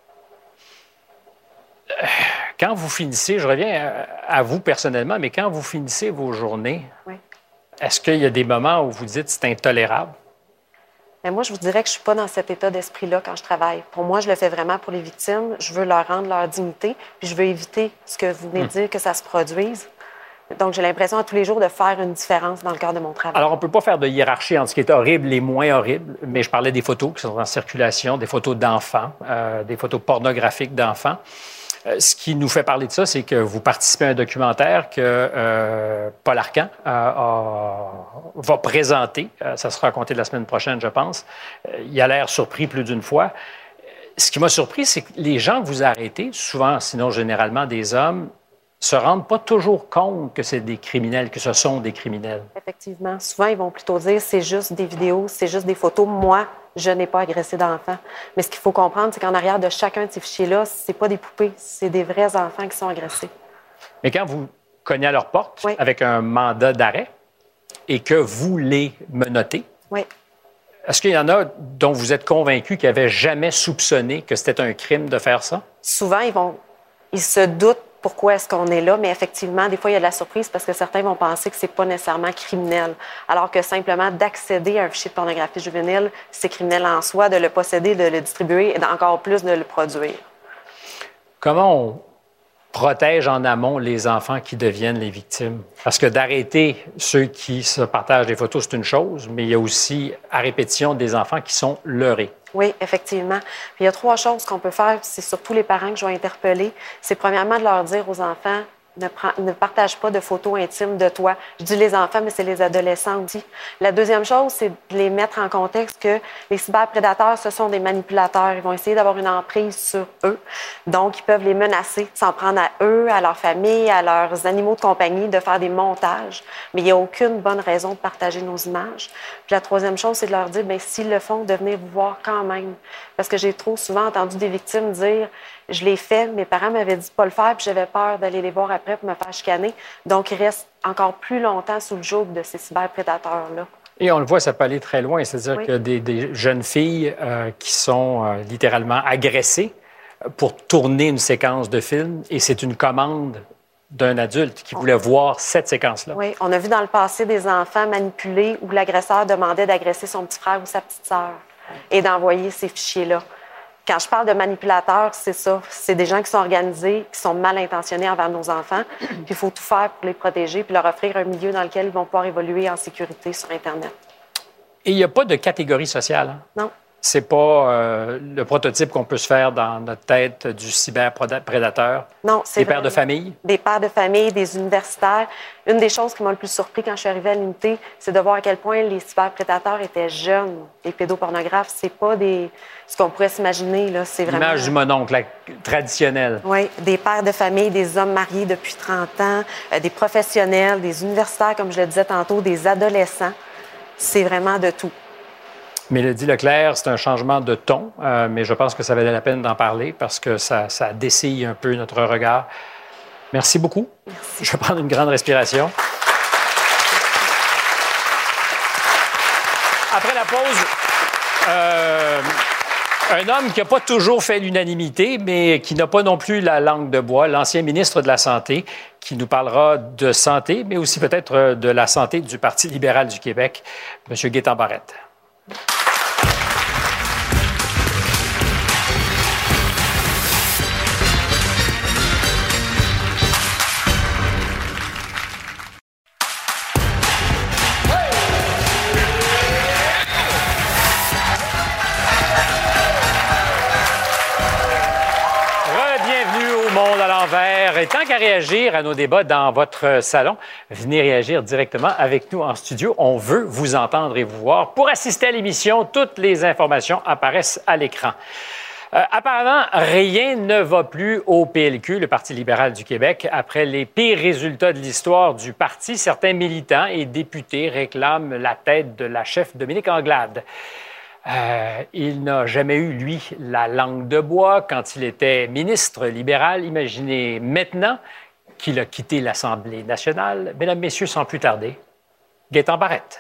Quand vous finissez, je reviens à vous personnellement, mais quand vous finissez vos journées, oui. Est-ce qu'il y a des moments où vous dites c'est intolérable? Mais moi, je vous dirais que je ne suis pas dans cet état d'esprit-là quand je travaille. Pour moi, je le fais vraiment pour les victimes. Je veux leur rendre leur dignité, puis je veux éviter ce que vous venez de dire, que ça se produise. Donc, j'ai l'impression à tous les jours de faire une différence dans le cadre de mon travail. Alors, on ne peut pas faire de hiérarchie entre ce qui est horrible et moins horrible, mais je parlais des photos qui sont en circulation, des photos d'enfants, des photos pornographiques d'enfants. Ce qui nous fait parler de ça, c'est que vous participez à un documentaire que Paul Arcand va présenter. Ça sera raconté la semaine prochaine, je pense. Il a l'air surpris plus d'une fois. Ce qui m'a surpris, c'est que les gens que vous arrêtez, souvent, sinon généralement des hommes, se rendent pas toujours compte que c'est des criminels, que ce sont des criminels. Effectivement. Souvent, ils vont plutôt dire c'est juste des vidéos, c'est juste des photos. Moi, je n'ai pas agressé d'enfants. Mais ce qu'il faut comprendre, c'est qu'en arrière de chacun de ces fichiers-là, c'est pas des poupées, c'est des vrais enfants qui sont agressés. Mais quand vous cognez à leur porte oui. avec un mandat d'arrêt et que vous les menotez, oui. Est-ce qu'il y en a dont vous êtes convaincu qu'ils n'avaient jamais soupçonné que c'était un crime de faire ça? Souvent, ils se doutent pourquoi est-ce qu'on est là, mais effectivement, des fois, il y a de la surprise parce que certains vont penser que c'est pas nécessairement criminel, alors que simplement d'accéder à un fichier de pornographie juvénile, c'est criminel en soi, de le posséder, de le distribuer et encore plus de le produire. Comment protège en amont les enfants qui deviennent les victimes? Parce que d'arrêter ceux qui se partagent des photos, c'est une chose, mais il y a aussi, à répétition, des enfants qui sont leurrés. Oui, effectivement. Puis il y a 3 choses qu'on peut faire, c'est surtout les parents que je vais interpeller. C'est premièrement de leur dire aux enfants, ne partage pas de photos intimes de toi. Je dis les enfants, mais c'est les adolescents aussi. La deuxième chose, c'est de les mettre en contexte que les cyberprédateurs, ce sont des manipulateurs. Ils vont essayer d'avoir une emprise sur eux. Donc, ils peuvent les menacer, s'en prendre à eux, à leur famille, à leurs animaux de compagnie, de faire des montages. Mais il n'y a aucune bonne raison de partager nos images. Puis la troisième chose, c'est de leur dire, bien, s'ils le font, de venir vous voir quand même. Parce que j'ai trop souvent entendu des victimes dire, je l'ai fait, mes parents m'avaient dit de pas le faire, puis j'avais peur d'aller les voir après pour me faire chicaner. Donc, ils restent encore plus longtemps sous le joug de ces cyberprédateurs-là. Et on le voit, ça peut aller très loin. C'est-à-dire Oui. que des jeunes filles qui sont littéralement agressées pour tourner une séquence de film, et c'est une commande d'un adulte qui voulait voir cette séquence-là. Oui, on a vu dans le passé des enfants manipulés où l'agresseur demandait d'agresser son petit frère ou sa petite sœur et d'envoyer ces fichiers-là. Quand je parle de manipulateurs, c'est ça. C'est des gens qui sont organisés, qui sont mal intentionnés envers nos enfants. Puis il faut tout faire pour les protéger puis leur offrir un milieu dans lequel ils vont pouvoir évoluer en sécurité sur Internet. Et il n'y a pas de catégorie sociale. Hein? Non. C'est pas le prototype qu'on peut se faire dans notre tête du cyberprédateur. Non, c'est des pères de famille. Des pères de famille, des universitaires. Une des choses qui m'a le plus surpris quand je suis arrivée à l'unité, c'est de voir à quel point les cyberprédateurs étaient jeunes. Les pédopornographes, c'est pas ce qu'on pourrait s'imaginer, là. C'est vraiment... L'image du mononcle, la traditionnelle. Oui, des pères de famille, des hommes mariés depuis 30 ans, des professionnels, des universitaires, comme je le disais tantôt, des adolescents. C'est vraiment de tout. Mélodie Leclerc, c'est un changement de ton, mais je pense que ça valait la peine d'en parler parce que ça dessille un peu notre regard. Merci beaucoup. Merci. Je vais prendre une grande respiration. Après la pause, un homme qui n'a pas toujours fait l'unanimité, mais qui n'a pas non plus la langue de bois, l'ancien ministre de la Santé, qui nous parlera de santé, mais aussi peut-être de la santé du Parti libéral du Québec, M. Gaétan Barrette. Et tant qu'à réagir à nos débats dans votre salon, venez réagir directement avec nous en studio. On veut vous entendre et vous voir. Pour assister à l'émission, toutes les informations apparaissent à l'écran. Apparemment, rien ne va plus au PLQ, le Parti libéral du Québec. Après les pires résultats de l'histoire du parti, certains militants et députés réclament la tête de la chef Dominique Anglade. Il n'a jamais eu, lui, la langue de bois quand il était ministre libéral. Imaginez maintenant qu'il a quitté l'Assemblée nationale. Mesdames, Messieurs, sans plus tarder, Gaétan Barrette.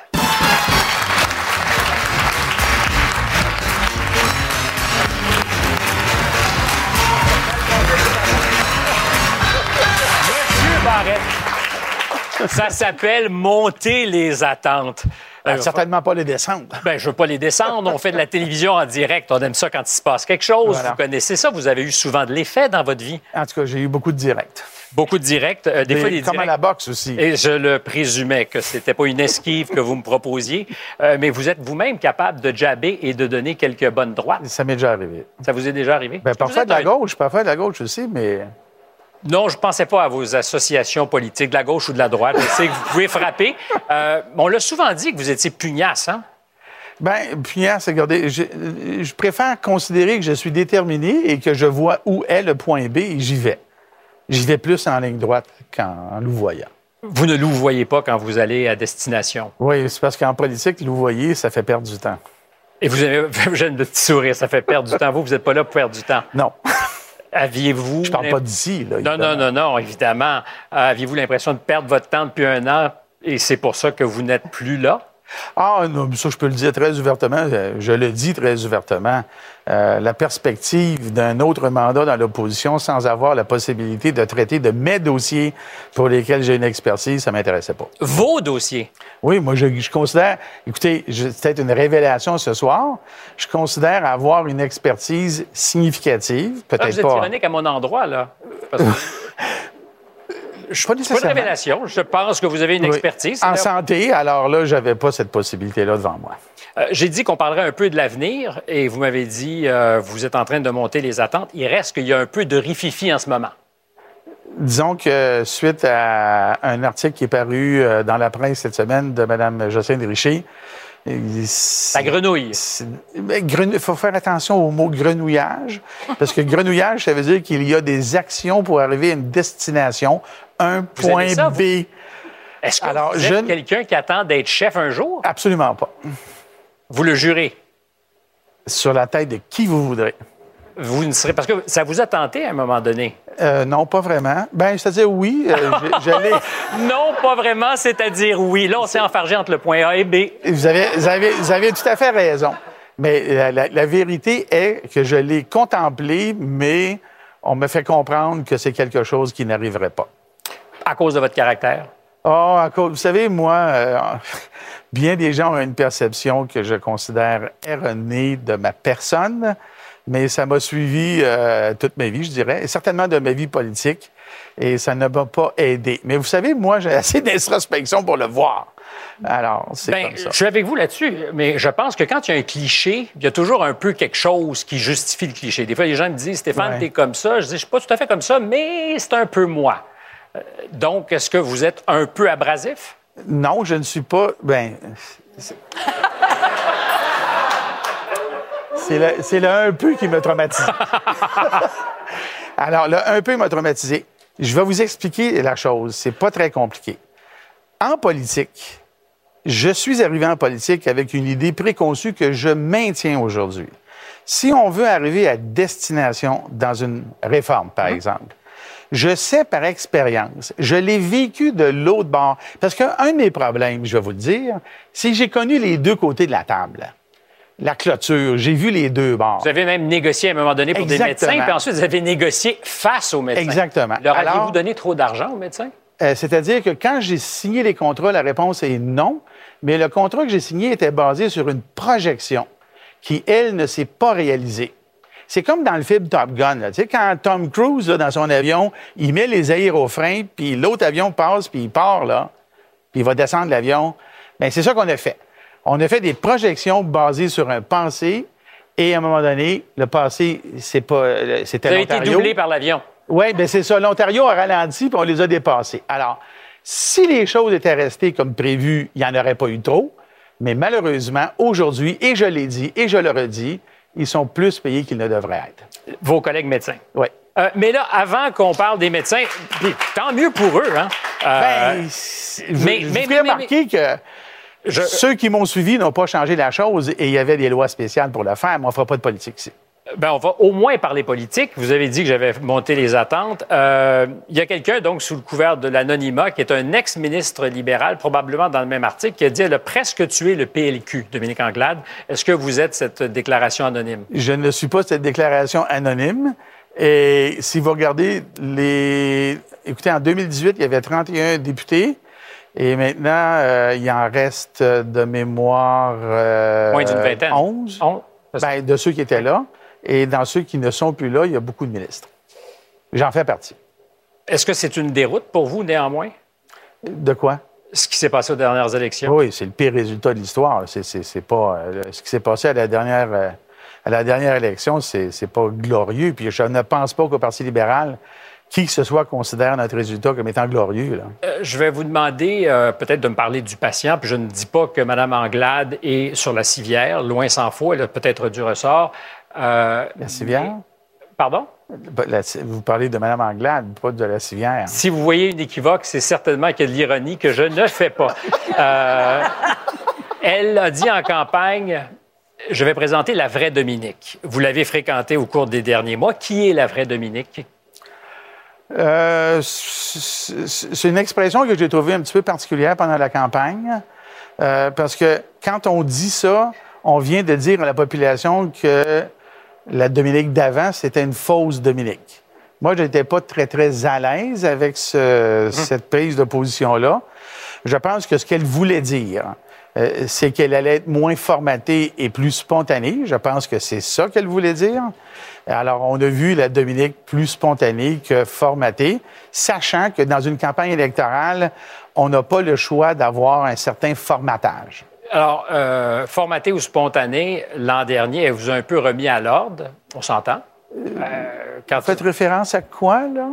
Monsieur Barrette, ça s'appelle monter les attentes. Certainement pas les descendre. Bien, je veux pas les descendre. On fait de la télévision en direct. On aime ça quand il se passe quelque chose. Voilà. Vous connaissez ça. Vous avez eu souvent de l'effet dans votre vie. En tout cas, j'ai eu beaucoup de directs. Beaucoup de directs. Des fois, les comme directs. À la boxe aussi. Et je le présumais que c'était pas une esquive que vous me proposiez. Mais vous êtes vous-même capable de jabber et de donner quelques bonnes droites. Ça m'est déjà arrivé. Ça vous est déjà arrivé? Bien, parfois de la gauche. Parfois de la gauche aussi, mais... Non, je ne pensais pas à vos associations politiques, de la gauche ou de la droite. Je sais que vous pouvez frapper. On l'a souvent dit que vous étiez pugnace, hein? Bien, pugnace, regardez, je préfère considérer que je suis déterminé et que je vois où est le point B et j'y vais. J'y vais plus en ligne droite qu'en louvoyant. Vous ne louvoyez pas quand vous allez à destination? Oui, c'est parce qu'en politique, louvoyer, ça fait perdre du temps. Et vous avez un petit sourire, ça fait perdre du temps. Vous n'êtes pas là pour perdre du temps? Non. Aviez-vous... Je parle pas d'ici, là. Non, évidemment. Aviez-vous l'impression de perdre votre temps depuis un an et c'est pour ça que vous n'êtes plus là? Ah, non, ça, je peux le dire très ouvertement. Je le dis très ouvertement. La perspective d'un autre mandat dans l'opposition sans avoir la possibilité de traiter de mes dossiers pour lesquels j'ai une expertise, ça ne m'intéressait pas. Vos dossiers? Oui, moi, je considère... Écoutez, c'est peut-être une révélation ce soir. Je considère avoir une expertise significative. Peut-être vous êtes ironique à mon endroit, là. Parce que Pas nécessairement. Pas de révélation. Je pense que vous avez une expertise. En santé, alors là, j'avais pas cette possibilité-là devant moi. J'ai dit qu'on parlerait un peu de l'avenir et vous m'avez dit vous êtes en train de monter les attentes. Il reste qu'il y a un peu de rififi en ce moment. Disons que suite à un article qui est paru dans la presse cette semaine de Mme Jocelyne Richer, la grenouille. Il faut faire attention au mot grenouillage, parce que grenouillage, ça veut dire qu'il y a des actions pour arriver à une destination, un point B. Est-ce que vous êtes quelqu'un qui attend d'être chef un jour? Absolument pas. Vous le jurez? Sur la tête de qui vous voudrez. Vous ne serez... Parce que ça vous a tenté à un moment donné? Non, pas vraiment. Ben, c'est-à-dire oui. Non, pas vraiment, c'est-à-dire oui. Là, on s'est enfargé entre le point A et B. Vous avez tout à fait raison. Mais la vérité est que je l'ai contemplé, mais on me fait comprendre que c'est quelque chose qui n'arriverait pas. À cause de votre caractère? Oh, vous savez, moi, bien des gens ont une perception que je considère erronée de ma personne. Mais ça m'a suivi toute ma vie, je dirais, et certainement de ma vie politique, et ça ne m'a pas aidé. Mais vous savez, moi, j'ai assez d'introspection pour le voir. Alors, c'est comme ça. Je suis avec vous là-dessus, mais je pense que quand il y a un cliché, il y a toujours un peu quelque chose qui justifie le cliché. Des fois, les gens me disent « Stéphane, t'es comme ça ». Je dis « Je suis pas tout à fait comme ça, mais c'est un peu moi ». Donc, est-ce que vous êtes un peu abrasif? Non, je ne suis pas... C'est le un peu qui m'a traumatisé. Alors, le un peu m'a traumatisé. Je vais vous expliquer la chose. C'est pas très compliqué. En politique, je suis arrivé en politique avec une idée préconçue que je maintiens aujourd'hui. Si on veut arriver à destination dans une réforme, par exemple, je sais par expérience, je l'ai vécu de l'autre bord. Parce qu'un de mes problèmes, je vais vous le dire, c'est que j'ai connu les deux côtés de la table. La clôture, j'ai vu les deux bords. Vous avez même négocié à un moment donné pour des médecins, puis ensuite vous avez négocié face aux médecins. Exactement. Leur aviez-vous donné trop d'argent aux médecins? C'est-à-dire que quand j'ai signé les contrats, la réponse est non, mais le contrat que j'ai signé était basé sur une projection qui, elle, ne s'est pas réalisée. C'est comme dans le film Top Gun. Là. Tu sais, quand Tom Cruise, là, dans son avion, il met les aérofreins, puis l'autre avion passe, puis il part, là, puis il va descendre l'avion. Bien, c'est ça qu'on a fait. On a fait des projections basées sur un passé, et à un moment donné, le passé, c'était l'Ontario. Ça a été doublé par l'avion. Oui, bien c'est ça. L'Ontario a ralenti, puis on les a dépassés. Alors, si les choses étaient restées comme prévu, il n'y en aurait pas eu trop. Mais malheureusement, aujourd'hui, et je l'ai dit, et je le redis, ils sont plus payés qu'ils ne devraient être. Vos collègues médecins? Oui. Mais là, avant qu'on parle des médecins, tant mieux pour eux, hein? Vous pouvez remarquer que ceux qui m'ont suivi n'ont pas changé la chose et il y avait des lois spéciales pour le faire, mais on ne fera pas de politique ici. On va au moins parler politique. Vous avez dit que j'avais monté les attentes. Il y a quelqu'un, donc, sous le couvert de l'anonymat, qui est un ex-ministre libéral, probablement dans le même article, qui a dit « Elle a presque tué le PLQ », Dominique Anglade. Est-ce que vous êtes cette déclaration anonyme? Je ne suis pas cette déclaration anonyme. Et si vous regardez Écoutez, en 2018, il y avait 31 députés. Et maintenant, il en reste de mémoire... moins d'une vingtaine. 11. De ceux qui étaient là. Et dans ceux qui ne sont plus là, il y a beaucoup de ministres. J'en fais partie. Est-ce que c'est une déroute pour vous, néanmoins? De quoi? Ce qui s'est passé aux dernières élections. Oui, c'est le pire résultat de l'histoire. C'est pas... ce qui s'est passé à la dernière élection, c'est pas glorieux. Puis je ne pense pas qu'au Parti libéral, qui que ce soit considère notre résultat comme étant glorieux. Là. Je vais vous demander peut-être de me parler du patient. Puis je ne dis pas que Mme Anglade est sur la civière. Loin s'en faut. Elle a peut-être du ressort. La civière? Pardon? Vous parlez de Mme Anglade, pas de la civière. Si vous voyez une équivoque, c'est certainement qu'il y a de l'ironie que je ne fais pas. Elle a dit en campagne... Je vais présenter la vraie Dominique. Vous l'avez fréquentée au cours des derniers mois. Qui est la vraie Dominique? C'est une expression que j'ai trouvée un petit peu particulière pendant la campagne, parce que quand on dit ça, on vient de dire à la population que la Dominique d'avant, c'était une fausse Dominique. Moi, je n'étais pas très, très à l'aise avec cette prise de position-là. Je pense que ce qu'elle voulait dire, c'est qu'elle allait être moins formatée et plus spontanée. Je pense que c'est ça qu'elle voulait dire. Alors, on a vu la Dominique plus spontanée que formatée, sachant que dans une campagne électorale, on n'a pas le choix d'avoir un certain formatage. Alors, formaté ou spontané, l'an dernier, elle vous a un peu remis à l'ordre. On s'entend? Vous faites référence à quoi, là?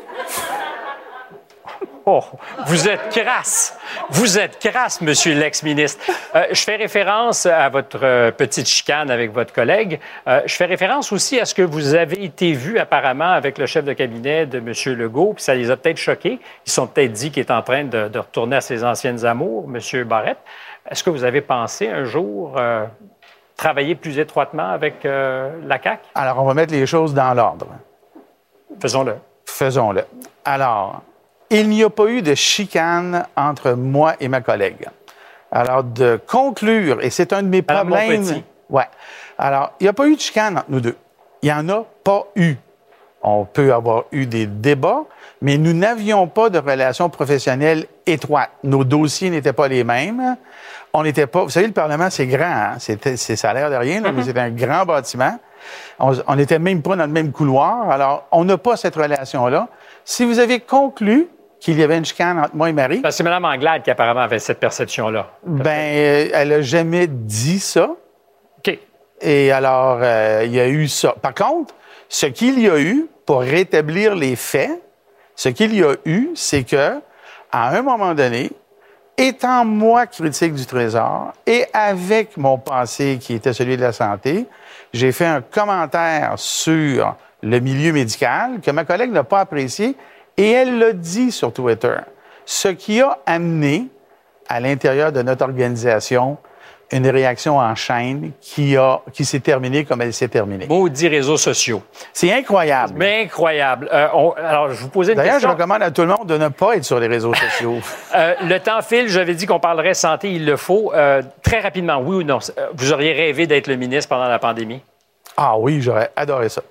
Oh, vous êtes crasse. Vous êtes crasse, monsieur l'ex-ministre. Je fais référence à votre petite chicane avec votre collègue. Je fais référence aussi à ce que vous avez été vu apparemment avec le chef de cabinet de M. Legault, puis ça les a peut-être choqués. Ils sont peut-être dit qu'il est en train de retourner à ses anciennes amours, M. Barrette. Est-ce que vous avez pensé un jour travailler plus étroitement avec la CAQ? Alors, on va mettre les choses dans l'ordre. Faisons-le. Faisons-le. Alors, il n'y a pas eu de chicane entre moi et ma collègue. Alors, de conclure, et c'est un de mes problèmes... Ouais. Alors, il n'y a pas eu de chicane entre nous deux. Il n'y en a pas eu. On peut avoir eu des débats, mais nous n'avions pas de relations professionnelles étroites. Nos dossiers n'étaient pas les mêmes. On n'était pas... Vous savez, le Parlement, c'est grand, hein? Ça a l'air de rien, là, mais c'est un grand bâtiment. On n'était même pas dans le même couloir. Alors, on n'a pas cette relation-là. Si vous avez conclu qu'il y avait une chicane entre moi et Marie... Parce que c'est Mme Anglade qui apparemment avait cette perception-là. Elle n'a jamais dit ça. OK. Et alors, il y a eu ça. Par contre, ce qu'il y a eu, pour rétablir les faits, ce qu'il y a eu, c'est que, à un moment donné, étant moi critique du Trésor et avec mon passé qui était celui de la santé, j'ai fait un commentaire sur le milieu médical que ma collègue n'a pas apprécié et elle l'a dit sur Twitter. Ce qui a amené à l'intérieur de notre organisation une réaction en chaîne qui s'est terminée comme elle s'est terminée. Maudits réseaux sociaux. C'est incroyable. Mais incroyable. Alors, je vous posais une question. D'ailleurs, je recommande à tout le monde de ne pas être sur les réseaux sociaux. Le temps file. J'avais dit qu'on parlerait santé, il le faut. Très rapidement, oui ou non, vous auriez rêvé d'être le ministre pendant la pandémie? Ah oui, j'aurais adoré ça.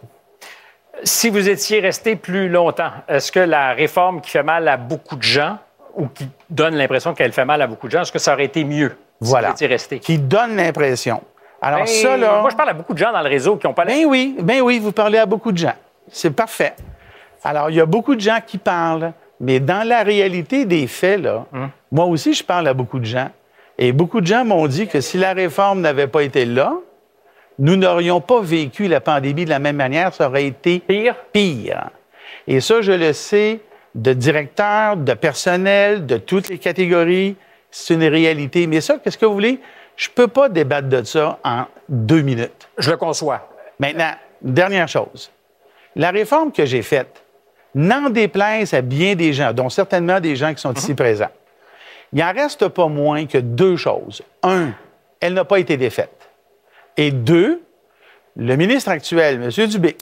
Si vous étiez resté plus longtemps, est-ce que la réforme qui fait mal à beaucoup de gens ou qui donne l'impression qu'elle fait mal à beaucoup de gens, est-ce que ça aurait été mieux? Voilà. Si vous étiez resté? Qui donne l'impression. Alors ça, là... Moi, je parle à beaucoup de gens dans le réseau qui n'ont pas... Ben oui, vous parlez à beaucoup de gens. C'est parfait. Alors, il y a beaucoup de gens qui parlent, mais dans la réalité des faits, là, moi aussi, je parle à beaucoup de gens. Et beaucoup de gens m'ont dit que si la réforme n'avait pas été là, nous n'aurions pas vécu la pandémie de la même manière, ça aurait été pire. Et ça, je le sais de directeurs, de personnel, de toutes les catégories. C'est une réalité. Mais ça, qu'est-ce que vous voulez? Je ne peux pas débattre de ça en 2 minutes. Je le conçois. Maintenant, dernière chose. La réforme que j'ai faite, n'en déplaise à bien des gens, dont certainement des gens qui sont ici présents, il n'en reste pas moins que 2 choses. 1, elle n'a pas été défaite. Et 2, le ministre actuel, M. Dubé,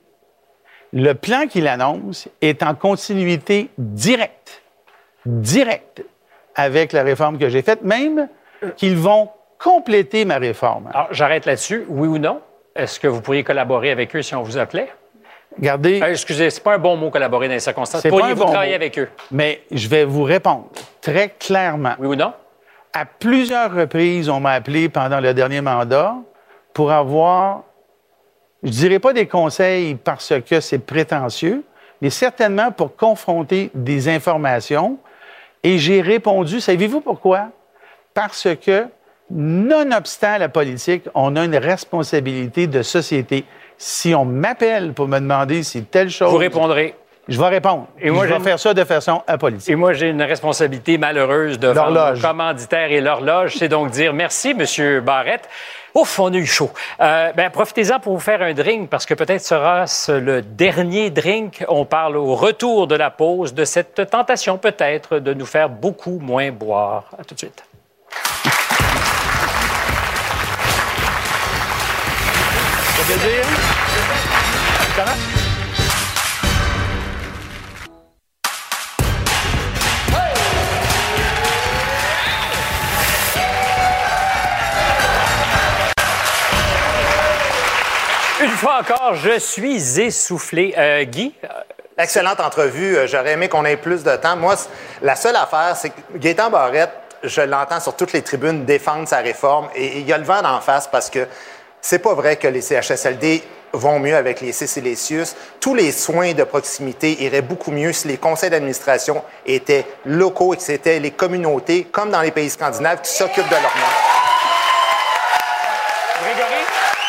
le plan qu'il annonce est en continuité directe avec la réforme que j'ai faite, même qu'ils vont compléter ma réforme. Alors, j'arrête là-dessus. Oui ou non? Est-ce que vous pourriez collaborer avec eux si on vous appelait? Regardez... excusez, c'est pas un bon mot, collaborer dans les circonstances. Pourriez-vous travailler avec eux? Mais je vais vous répondre très clairement. Oui ou non? À plusieurs reprises, on m'a appelé pendant le dernier mandat pour avoir, je dirais pas des conseils parce que c'est prétentieux, mais certainement pour confronter des informations. Et j'ai répondu, savez-vous pourquoi? Parce que, nonobstant la politique, on a une responsabilité de société. Si on m'appelle pour me demander si telle chose... Vous répondrez. Je vais répondre. Et moi, je vais faire ça de façon apolitique. Et moi, j'ai une responsabilité malheureuse devant le commanditaire et l'horloge. C'est donc dire merci, M. Barrette. Ouf, on a eu chaud. Profitez-en pour vous faire un drink, parce que peut-être sera-ce le dernier drink. On parle au retour de la pause de cette tentation, peut-être, de nous faire beaucoup moins boire. À tout de suite. Ça veut dire... Comment? Une fois encore, je suis essoufflé. Guy? Excellente entrevue. J'aurais aimé qu'on ait plus de temps. Moi, la seule affaire, c'est que Gaétan Barrette je l'entends sur toutes les tribunes défendre sa réforme et il y a le vent d'en face parce que c'est pas vrai que les CHSLD vont mieux avec les CIS et les CIUS. Tous les soins de proximité iraient beaucoup mieux si les conseils d'administration étaient locaux et que c'était les communautés, comme dans les pays scandinaves, qui s'occupent de leurs membres. Grégory?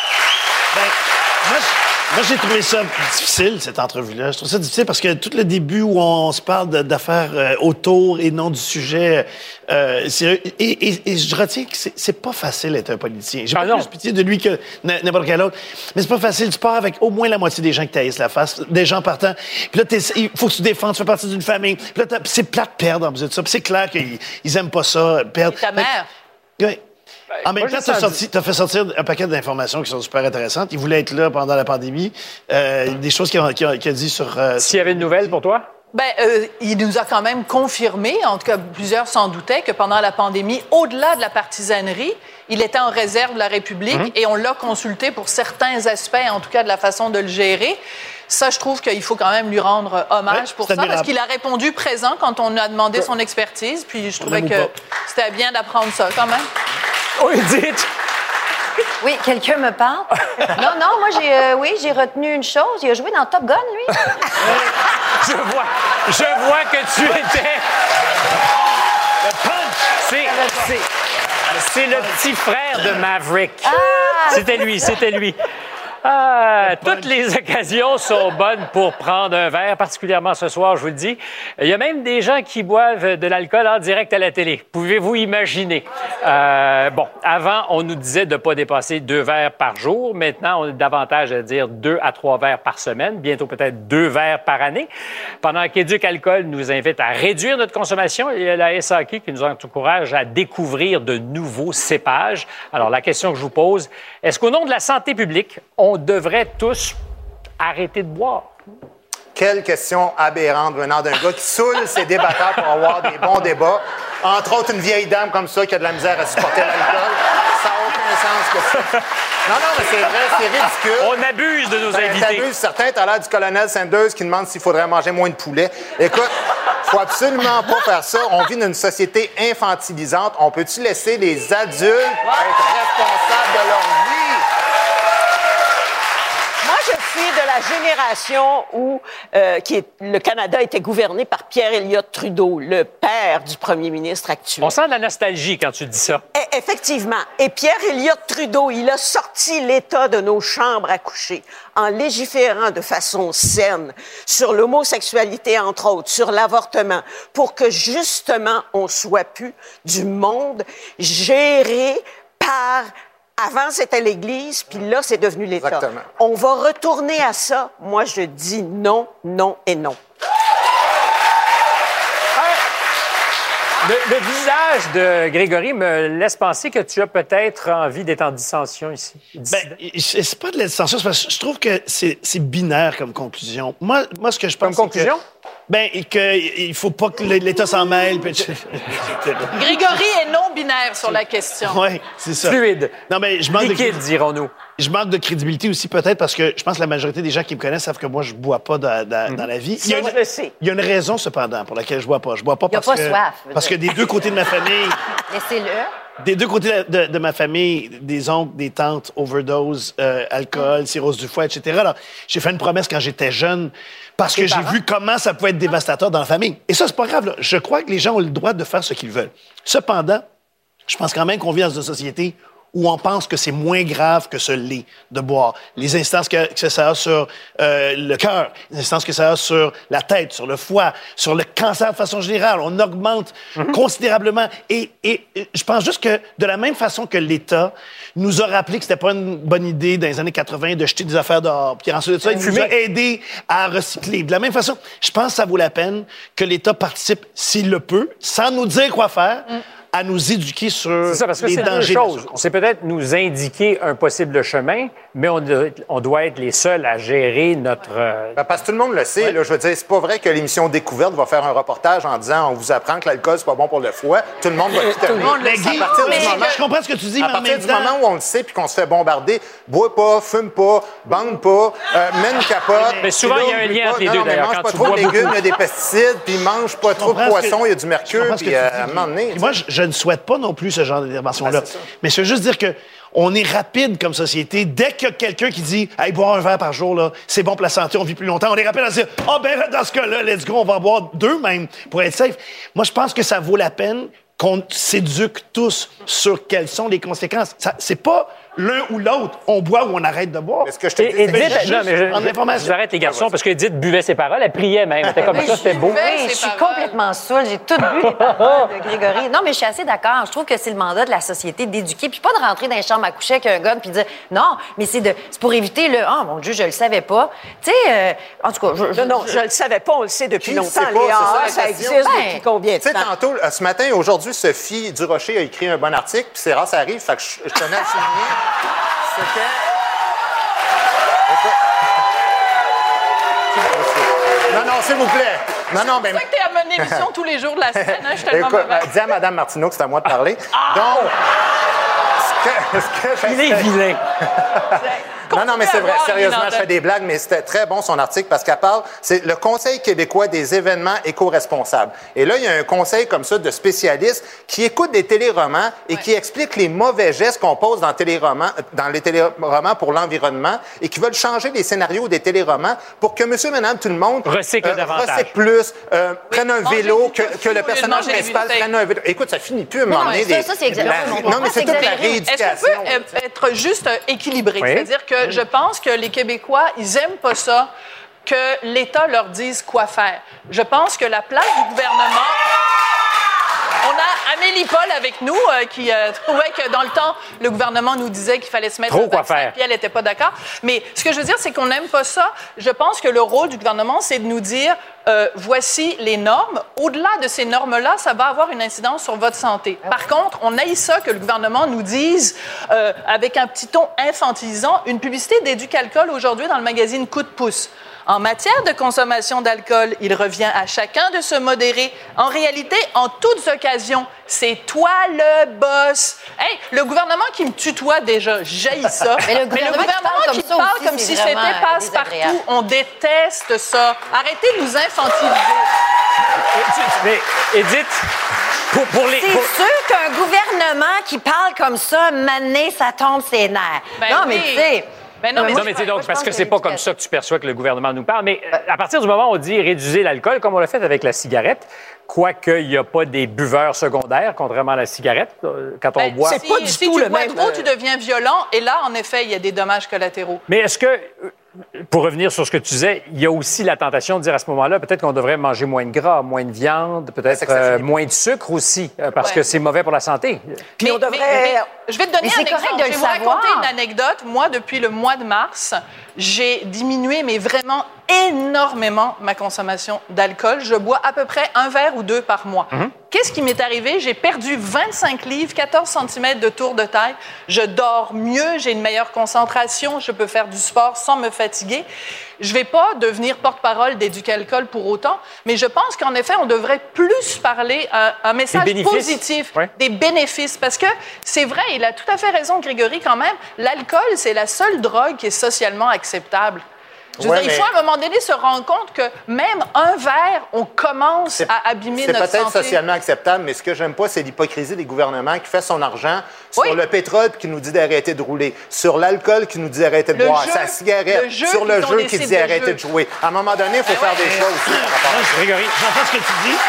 Moi, j'ai trouvé ça difficile, cette entrevue-là. Je trouve ça difficile parce que tout le début où on se parle d'affaires autour et non du sujet, et je retiens que c'est pas facile d'être un politicien. J'ai pas plus pitié de lui que n'importe quel autre. Mais c'est pas facile. Tu pars avec au moins la moitié des gens qui t'haïssent la face, des gens partant. Puis là, il faut que tu défendes, tu fais partie d'une famille. Puis là, c'est plate de perdre en plus de ça. Puis c'est clair qu'ils aiment pas ça, perdre. Et ta mère? Oui. En même temps, tu as fait sortir un paquet d'informations qui sont super intéressantes. Il voulait être là pendant la pandémie. Des choses qu'il a dit sur... S'il y avait une nouvelle pour toi? Il nous a quand même confirmé, en tout cas plusieurs s'en doutaient, que pendant la pandémie, au-delà de la partisanerie, il était en réserve de la République et on l'a consulté pour certains aspects, en tout cas de la façon de le gérer. Ça, je trouve qu'il faut quand même lui rendre hommage pour ça, parce qu'il a répondu présent quand on a demandé son expertise, puis je trouvais que c'était bien d'apprendre ça quand même. Oui, dites! Oui, quelqu'un me parle? Non, moi, j'ai retenu une chose. Il a joué dans Top Gun, lui. Je vois que tu étais... Le punch! C'est le petit frère de Maverick. C'était lui. Toutes les occasions sont bonnes pour prendre un verre, particulièrement ce soir, je vous le dis. Il y a même des gens qui boivent de l'alcool en direct à la télé. Pouvez-vous imaginer? Avant, on nous disait de ne pas dépasser 2 verres par jour. Maintenant, on est davantage à dire 2 à 3 verres par semaine, bientôt peut-être 2 verres par année. Pendant qu'Éduc Alcool nous invite à réduire notre consommation, il y a la SAQ qui nous encourage à découvrir de nouveaux cépages. Alors, la question que je vous pose, est-ce qu'au nom de la santé publique, on devrait tous arrêter de boire? Quelle question aberrante venant d'un gars qui saoule ses débatteurs pour avoir des bons débats. Entre autres, une vieille dame comme ça qui a de la misère à supporter l'alcool. Ça n'a aucun sens que ça. Non, mais c'est vrai, c'est ridicule. On abuse de nos invités. T'abuses, certains. T'as l'air du colonel Sanders qui demande s'il faudrait manger moins de poulet. Écoute, faut absolument pas faire ça. On vit dans une société infantilisante. On peut-tu laisser les adultes être responsables de leur vie? Moi, je suis de la génération où le Canada était gouverné par Pierre Elliott Trudeau, le père du premier ministre actuel. On sent de la nostalgie quand tu dis ça. Effectivement. Et Pierre Elliott Trudeau, il a sorti l'état de nos chambres à coucher en légiférant de façon saine sur l'homosexualité, entre autres, sur l'avortement, pour que, justement, on soit plus du monde géré par... Avant, c'était l'Église, puis là, c'est devenu l'État. Exactement. On va retourner à ça. Moi, je dis non, non et non. Le visage de Grégory me laisse penser que tu as peut-être envie d'être en dissension ici. C'est pas de la dissension, c'est parce que je trouve que c'est binaire comme conclusion. Moi, ce que je pense... Comme conclusion? Il faut pas que l'État s'en mêle. Grégory est non-binaire sur la question. Oui, c'est ça. Fluide. Non, mais liquide, dirons-nous. Je manque de crédibilité aussi, peut-être, parce que je pense que la majorité des gens qui me connaissent savent que moi, je bois pas dans la vie. Je le sais. Il y a une raison, cependant, pour laquelle je bois pas. Je bois pas parce que... Parce que des deux côtés de ma famille... Laissez-le. Des deux côtés de ma famille, des oncles, des tantes, overdose, alcool, cirrhose du foie, etc. Alors, j'ai fait une promesse quand j'étais jeune parce que j'ai vu comment ça pouvait être dévastateur dans la famille. Et ça, c'est pas grave. Là. Je crois que les gens ont le droit de faire ce qu'ils veulent. Cependant, je pense quand même qu'on vit dans une société où on pense que c'est moins grave que ce lait de boire. Les instances que ça a sur le cœur, les instances que ça a sur la tête, sur le foie, sur le cancer de façon générale, on augmente considérablement. Et je pense juste que de la même façon que l'État nous a rappelé que c'était pas une bonne idée dans les années 80 de jeter des affaires dehors, puis ensuite de ça, il nous a aidé à recycler. De la même façon, je pense que ça vaut la peine que l'État participe, s'il le peut, sans nous dire quoi faire, à nous éduquer sur c'est ça, parce que les c'est dangers. Deux choses. C'est peut-être nous indiquer un possible chemin, mais on doit être les seuls à gérer notre... Parce que tout le monde le sait. Ouais. Là, je veux dire, c'est pas vrai que l'émission Découverte va faire un reportage en disant on vous apprend que l'alcool, c'est pas bon pour le foie. Tout le monde va quitter. Tout le monde le sait. Je comprends ce que tu dis, à partir du moment où on le sait puis qu'on se fait bombarder, bois pas, fume pas, bande pas, mets une capote. Mais souvent, il y a un lien entre les deux, d'ailleurs. Mange pas trop de légumes, il y a des pesticides, puis mange pas trop de poissons, il y a du mercure, puis à un moment donné... Moi, je je ne souhaite pas non plus ce genre d'intervention-là. Mais je veux juste dire que on est rapide comme société. Dès qu'il y a quelqu'un qui dit « Hey, boire un verre par jour, là, c'est bon pour la santé, on vit plus longtemps », on est rapide à dire « Ah, ben là, dans ce cas-là, let's go, on va en boire 2 même pour être safe. » Moi, je pense que ça vaut la peine qu'on s'éduque tous sur quelles sont les conséquences. C'est pas l'un ou l'autre. On boit ou on arrête de boire. Est-ce que je te dis? Je vous arrête les garçons parce qu'Edith buvait ses paroles. Elle priait même. C'était comme ça, c'était beau. Oui, je suis complètement saoule. J'ai tout bu les paroles de Grégory. Non, mais je suis assez d'accord. Je trouve que c'est le mandat de la société d'éduquer, puis pas de rentrer dans les chambres à coucher avec un gun puis dire non, mais c'est pour éviter le oh mon Dieu, je le savais pas. Tu sais, en tout cas, je le savais pas. On le sait depuis longtemps. Ça existe depuis combien de temps? Tu sais, tantôt, ce matin, aujourd'hui, Sophie Durocher a écrit un bon article, puis c'est rare, ça arrive. Fait que je tenais à souligner. Non, s'il vous plaît. Non, mais... C'est ça que t'es à mon émission tous les jours de la semaine, hein? Je suis tellement mauvaise. Dis à Mme Martineau que c'est à moi de parler. Donc, il est vilain. Non, mais c'est vrai. Sérieusement, je fais des blagues, mais c'était très bon son article parce qu'elle parle, c'est le Conseil québécois des événements éco-responsables. Et là, il y a un conseil comme ça de spécialistes qui écoutent des téléromans et qui expliquent les mauvais gestes qu'on pose dans les téléromans pour l'environnement et qui veulent changer les scénarios des téléromans pour que monsieur, madame, tout le monde recycle davantage. Recycle plus, prenne un vélo, que le personnage principal prenne un vélo. Écoute, ça finit plus à m'emmener des... Ça, c'est exactement. Non, mais c'est toute la rééducation. Est-ce qu'on peut être juste équilibré? Oui. C'est-à-dire que je pense que les Québécois, ils aiment pas ça, que l'État leur dise quoi faire. Je pense que la place du gouvernement... On a Amélie Paul avec nous qui trouvait que dans le temps, le gouvernement nous disait qu'il fallait se mettre au vaccin, puis elle n'était pas d'accord. Mais ce que je veux dire, c'est qu'on n'aime pas ça. Je pense que le rôle du gouvernement, c'est de nous dire voici les normes. Au-delà de ces normes-là, ça va avoir une incidence sur votre santé. Par contre, on haït ça que le gouvernement nous dise, avec un petit ton infantilisant, une publicité d'Éducalcool aujourd'hui dans le magazine Coup de pouce. En matière de consommation d'alcool, il revient à chacun de se modérer. En réalité, en toutes occasions, c'est toi le boss. Hey, le gouvernement qui me tutoie déjà, j'haïs ça. Mais le gouvernement qui parle comme si c'était passe-partout, on déteste ça. Arrêtez de nous infantiliser. Mais, Edith, pour les... C'est sûr qu'un gouvernement qui parle comme ça, mané, ça tombe ses nerfs. Non, mais tu sais... Non, mais c'est donc parce que c'est pas comme ça que tu perçois que le gouvernement nous parle. Mais à partir du moment où on dit réduisez l'alcool, comme on l'a fait avec la cigarette, quoique il n'y a pas des buveurs secondaires, contrairement à la cigarette, quand on boit... C'est pas du tout le même... Si tu bois trop, tu deviens violent. Et là, en effet, il y a des dommages collatéraux. Mais est-ce que... Pour revenir sur ce que tu disais, il y a aussi la tentation de dire à ce moment-là, peut-être qu'on devrait manger moins de gras, moins de viande, peut-être moins de sucre aussi, parce que c'est mauvais pour la santé. Puis on devrait... Mais je vais te donner un exemple. Je vais vous raconter une anecdote. Moi, depuis le mois de mars, j'ai diminué, mais vraiment énormément, ma consommation d'alcool. Je bois à peu près 1 verre ou 2 par mois. Qu'est-ce qui m'est arrivé? J'ai perdu 25 livres, 14 cm de tour de taille. Je dors mieux, j'ai une meilleure concentration, je peux faire du sport sans me fatiguer. Je ne vais pas devenir porte-parole d'Éducalcool pour autant, mais je pense qu'en effet, on devrait plus parler un message positif, des bénéfices. Parce que c'est vrai, il a tout à fait raison, Grégory, quand même, l'alcool, c'est la seule drogue qui est socialement acceptable. Je veux dire, il faut à un moment donné se rendre compte que même 1 verre, on commence à abîmer notre santé. C'est peut-être socialement acceptable, mais ce que j'aime pas, c'est l'hypocrisie des gouvernements qui fait son argent sur le pétrole qui nous dit d'arrêter de rouler, sur l'alcool qui nous dit d'arrêter de boire, sa cigarette, sur le jeu qui dit d'arrêter de jouer. À un moment donné, il faut faire des choses. Grégory, j'entends ce que tu dis.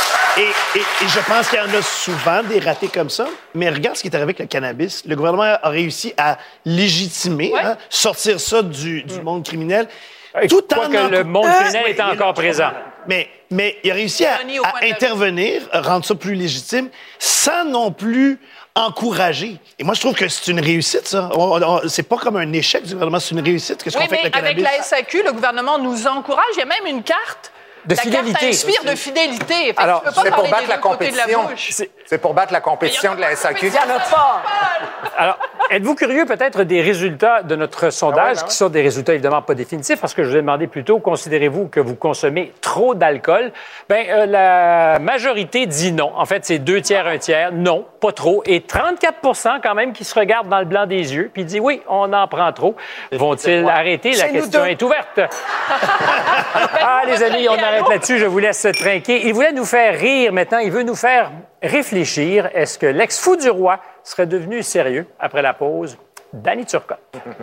Et je pense qu'il y en a souvent des ratés comme ça. Mais regarde ce qui est arrivé avec le cannabis. Le gouvernement a réussi à légitimer, sortir ça du monde criminel. Tout en que le monde criminel est encore présent. Mais il a réussi à intervenir, rendre ça plus légitime, sans non plus encourager. Et moi, je trouve que c'est une réussite, ça. C'est pas comme un échec du gouvernement, c'est une réussite. Qu'est-ce qu'on fait avec le cannabis? Avec la SAQ, le gouvernement nous encourage. Il y a même une carte. De fidélité. Carte inspire de fidélité. Alors, c'est pour battre la compétition. C'est pour battre la compétition de la SAQ. Il n'y en a pas. Alors, Êtes-vous curieux peut-être des résultats de notre sondage, qui sont des résultats évidemment pas définitifs, parce que je vous ai demandé plus tôt, considérez-vous que vous consommez trop d'alcool? Bien, la majorité dit non. En fait, c'est 2 tiers, 1 tiers. Non, pas trop. Et 34 quand même qui se regardent dans le blanc des yeux puis dit oui, on en prend trop. Vont-ils arrêter? La question est ouverte. Ah, les amis, on arrête là-dessus. Je vous laisse trinquer. Il voulait nous faire rire. Maintenant, il veut nous faire réfléchir. Est-ce que l'ex-fou du roi serait devenu sérieux après la pause? Danny Turcotte.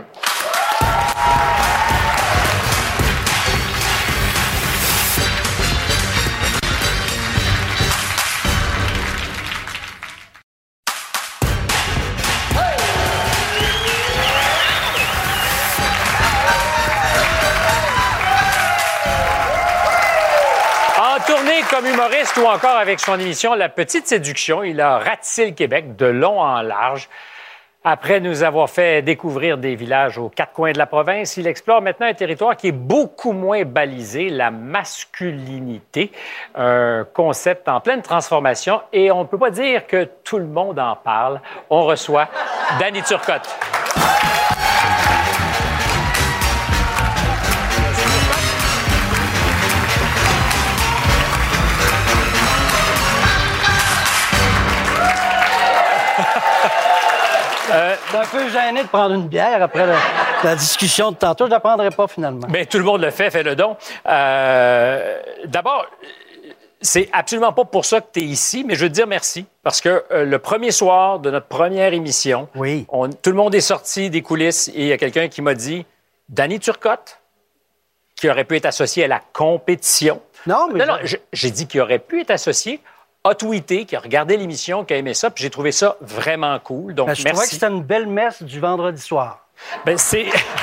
Tourné comme humoriste ou encore avec son émission La Petite Séduction, il a ratissé le Québec de long en large. Après nous avoir fait découvrir des villages aux 4 coins de la province, il explore maintenant un territoire qui est beaucoup moins balisé, la masculinité, un concept en pleine transformation et on ne peut pas dire que tout le monde en parle. On reçoit Danny Turcotte. C'est un peu gêné de prendre une bière après la discussion de tantôt. Je ne la prendrai pas, finalement. Bien, tout le monde le fait, fais-le donc. D'abord, c'est absolument pas pour ça que tu es ici, mais je veux te dire merci. Parce que le premier soir de notre première émission, tout le monde est sorti des coulisses et il y a quelqu'un qui m'a dit « Danny Turcotte, qui aurait pu être associé à la compétition. » Non, j'ai dit qu'il aurait pu être associé, a tweeté, qui a regardé l'émission, qui a aimé ça, puis j'ai trouvé ça vraiment cool. Donc, je trouvais que c'était une belle messe du vendredi soir. Bien, c'est...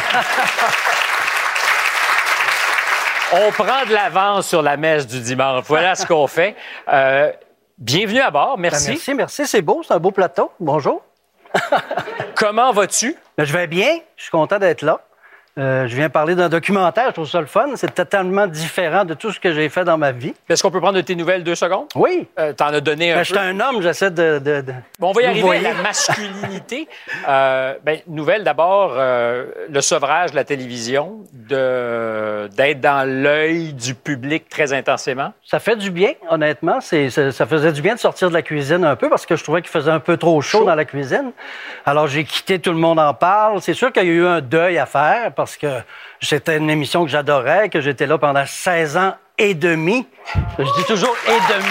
On prend de l'avance sur la messe du dimanche. Voilà ce qu'on fait. Bienvenue à bord. Merci. Merci. C'est beau. C'est un beau plateau. Bonjour. Comment vas-tu? Je vais bien. Je suis content d'être là. Je viens parler d'un documentaire, je trouve ça le fun. C'est totalement différent de tout ce que j'ai fait dans ma vie. Est-ce qu'on peut prendre de tes nouvelles 2 secondes? Oui. T'en as donné un peu. Je suis un homme, j'essaie de Bon, on va y arriver à la masculinité. Nouvelle d'abord, le sevrage de la télévision, d'être dans l'œil du public très intensément. Ça fait du bien, honnêtement. Ça faisait du bien de sortir de la cuisine un peu parce que je trouvais qu'il faisait un peu trop chaud dans la cuisine. Alors, j'ai quitté Tout le monde en parle. C'est sûr qu'il y a eu un deuil à faire parce que c'était une émission que j'adorais, que j'étais là pendant 16 ans et demi. Je dis toujours « et demi ».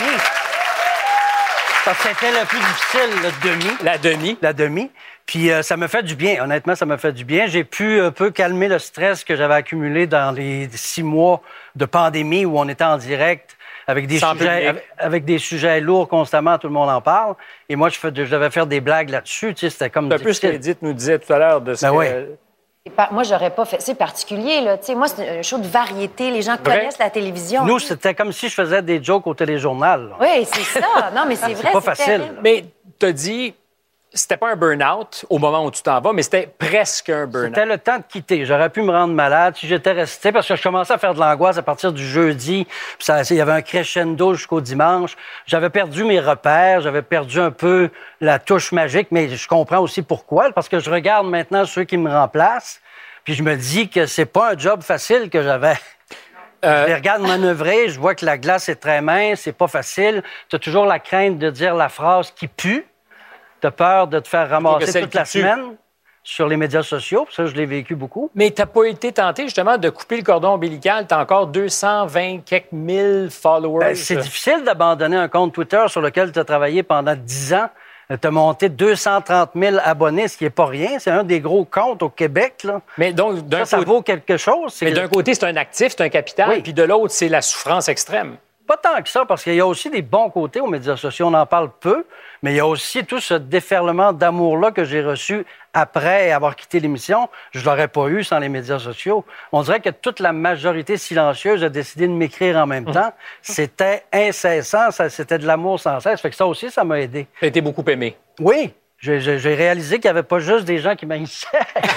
Parce que c'était le plus difficile, le demi. La demi. La demi. Puis ça me fait du bien, honnêtement, ça me fait du bien. J'ai pu un peu calmer le stress que j'avais accumulé dans les 6 mois de pandémie où on était en direct avec des sujets lourds constamment, tout le monde en parle. Et moi, je devais faire des blagues là-dessus. Tu sais, c'était comme un peu ce qu'Edith nous disait tout à l'heure de ce Moi, j'aurais pas fait. C'est particulier, là. Tu sais, moi, c'est un show de variété. Les gens connaissent la télévision. Nous, c'était comme si je faisais des jokes au téléjournal. Là. Oui, c'est ça. Non, mais c'est vrai. C'est pas facile. Terrible. Mais t'as dit, c'était pas un burn-out au moment où tu t'en vas, mais c'était presque un burn-out. C'était le temps de quitter. J'aurais pu me rendre malade si j'étais resté, parce que je commençais à faire de l'angoisse à partir du jeudi. Puis il y avait un crescendo jusqu'au dimanche. J'avais perdu mes repères, j'avais perdu un peu la touche magique, mais je comprends aussi pourquoi, parce que je regarde maintenant ceux qui me remplacent, puis je me dis que c'est pas un job facile que j'avais. Je les regarde manœuvrer, je vois que la glace est très mince, c'est pas facile. Tu as toujours la crainte de dire la phrase qui pue. Tu as peur de te faire ramasser toute la semaine sur les médias sociaux. Ça, je l'ai vécu beaucoup. Mais tu n'as pas été tenté, justement, de couper le cordon ombilical. Tu as encore 220 quelques mille followers. C'est difficile d'abandonner un compte Twitter sur lequel tu as travaillé pendant 10 ans. Tu as monté 230 000 abonnés, ce qui n'est pas rien. C'est un des gros comptes au Québec. Là. Mais donc, ça vaut quelque chose. Mais d'un côté, c'est un actif, c'est un capital. Puis de l'autre, c'est la souffrance extrême. Pas tant que ça, parce qu'il y a aussi des bons côtés aux médias sociaux. On en parle peu, mais il y a aussi tout ce déferlement d'amour-là que j'ai reçu après avoir quitté l'émission. Je ne l'aurais pas eu sans les médias sociaux. On dirait que toute la majorité silencieuse a décidé de m'écrire en même temps. C'était incessant, c'était de l'amour sans cesse. Fait que ça aussi, ça m'a aidé. Tu as été beaucoup aimé. Oui. J'ai réalisé qu'il n'y avait pas juste des gens qui m'haïssaient.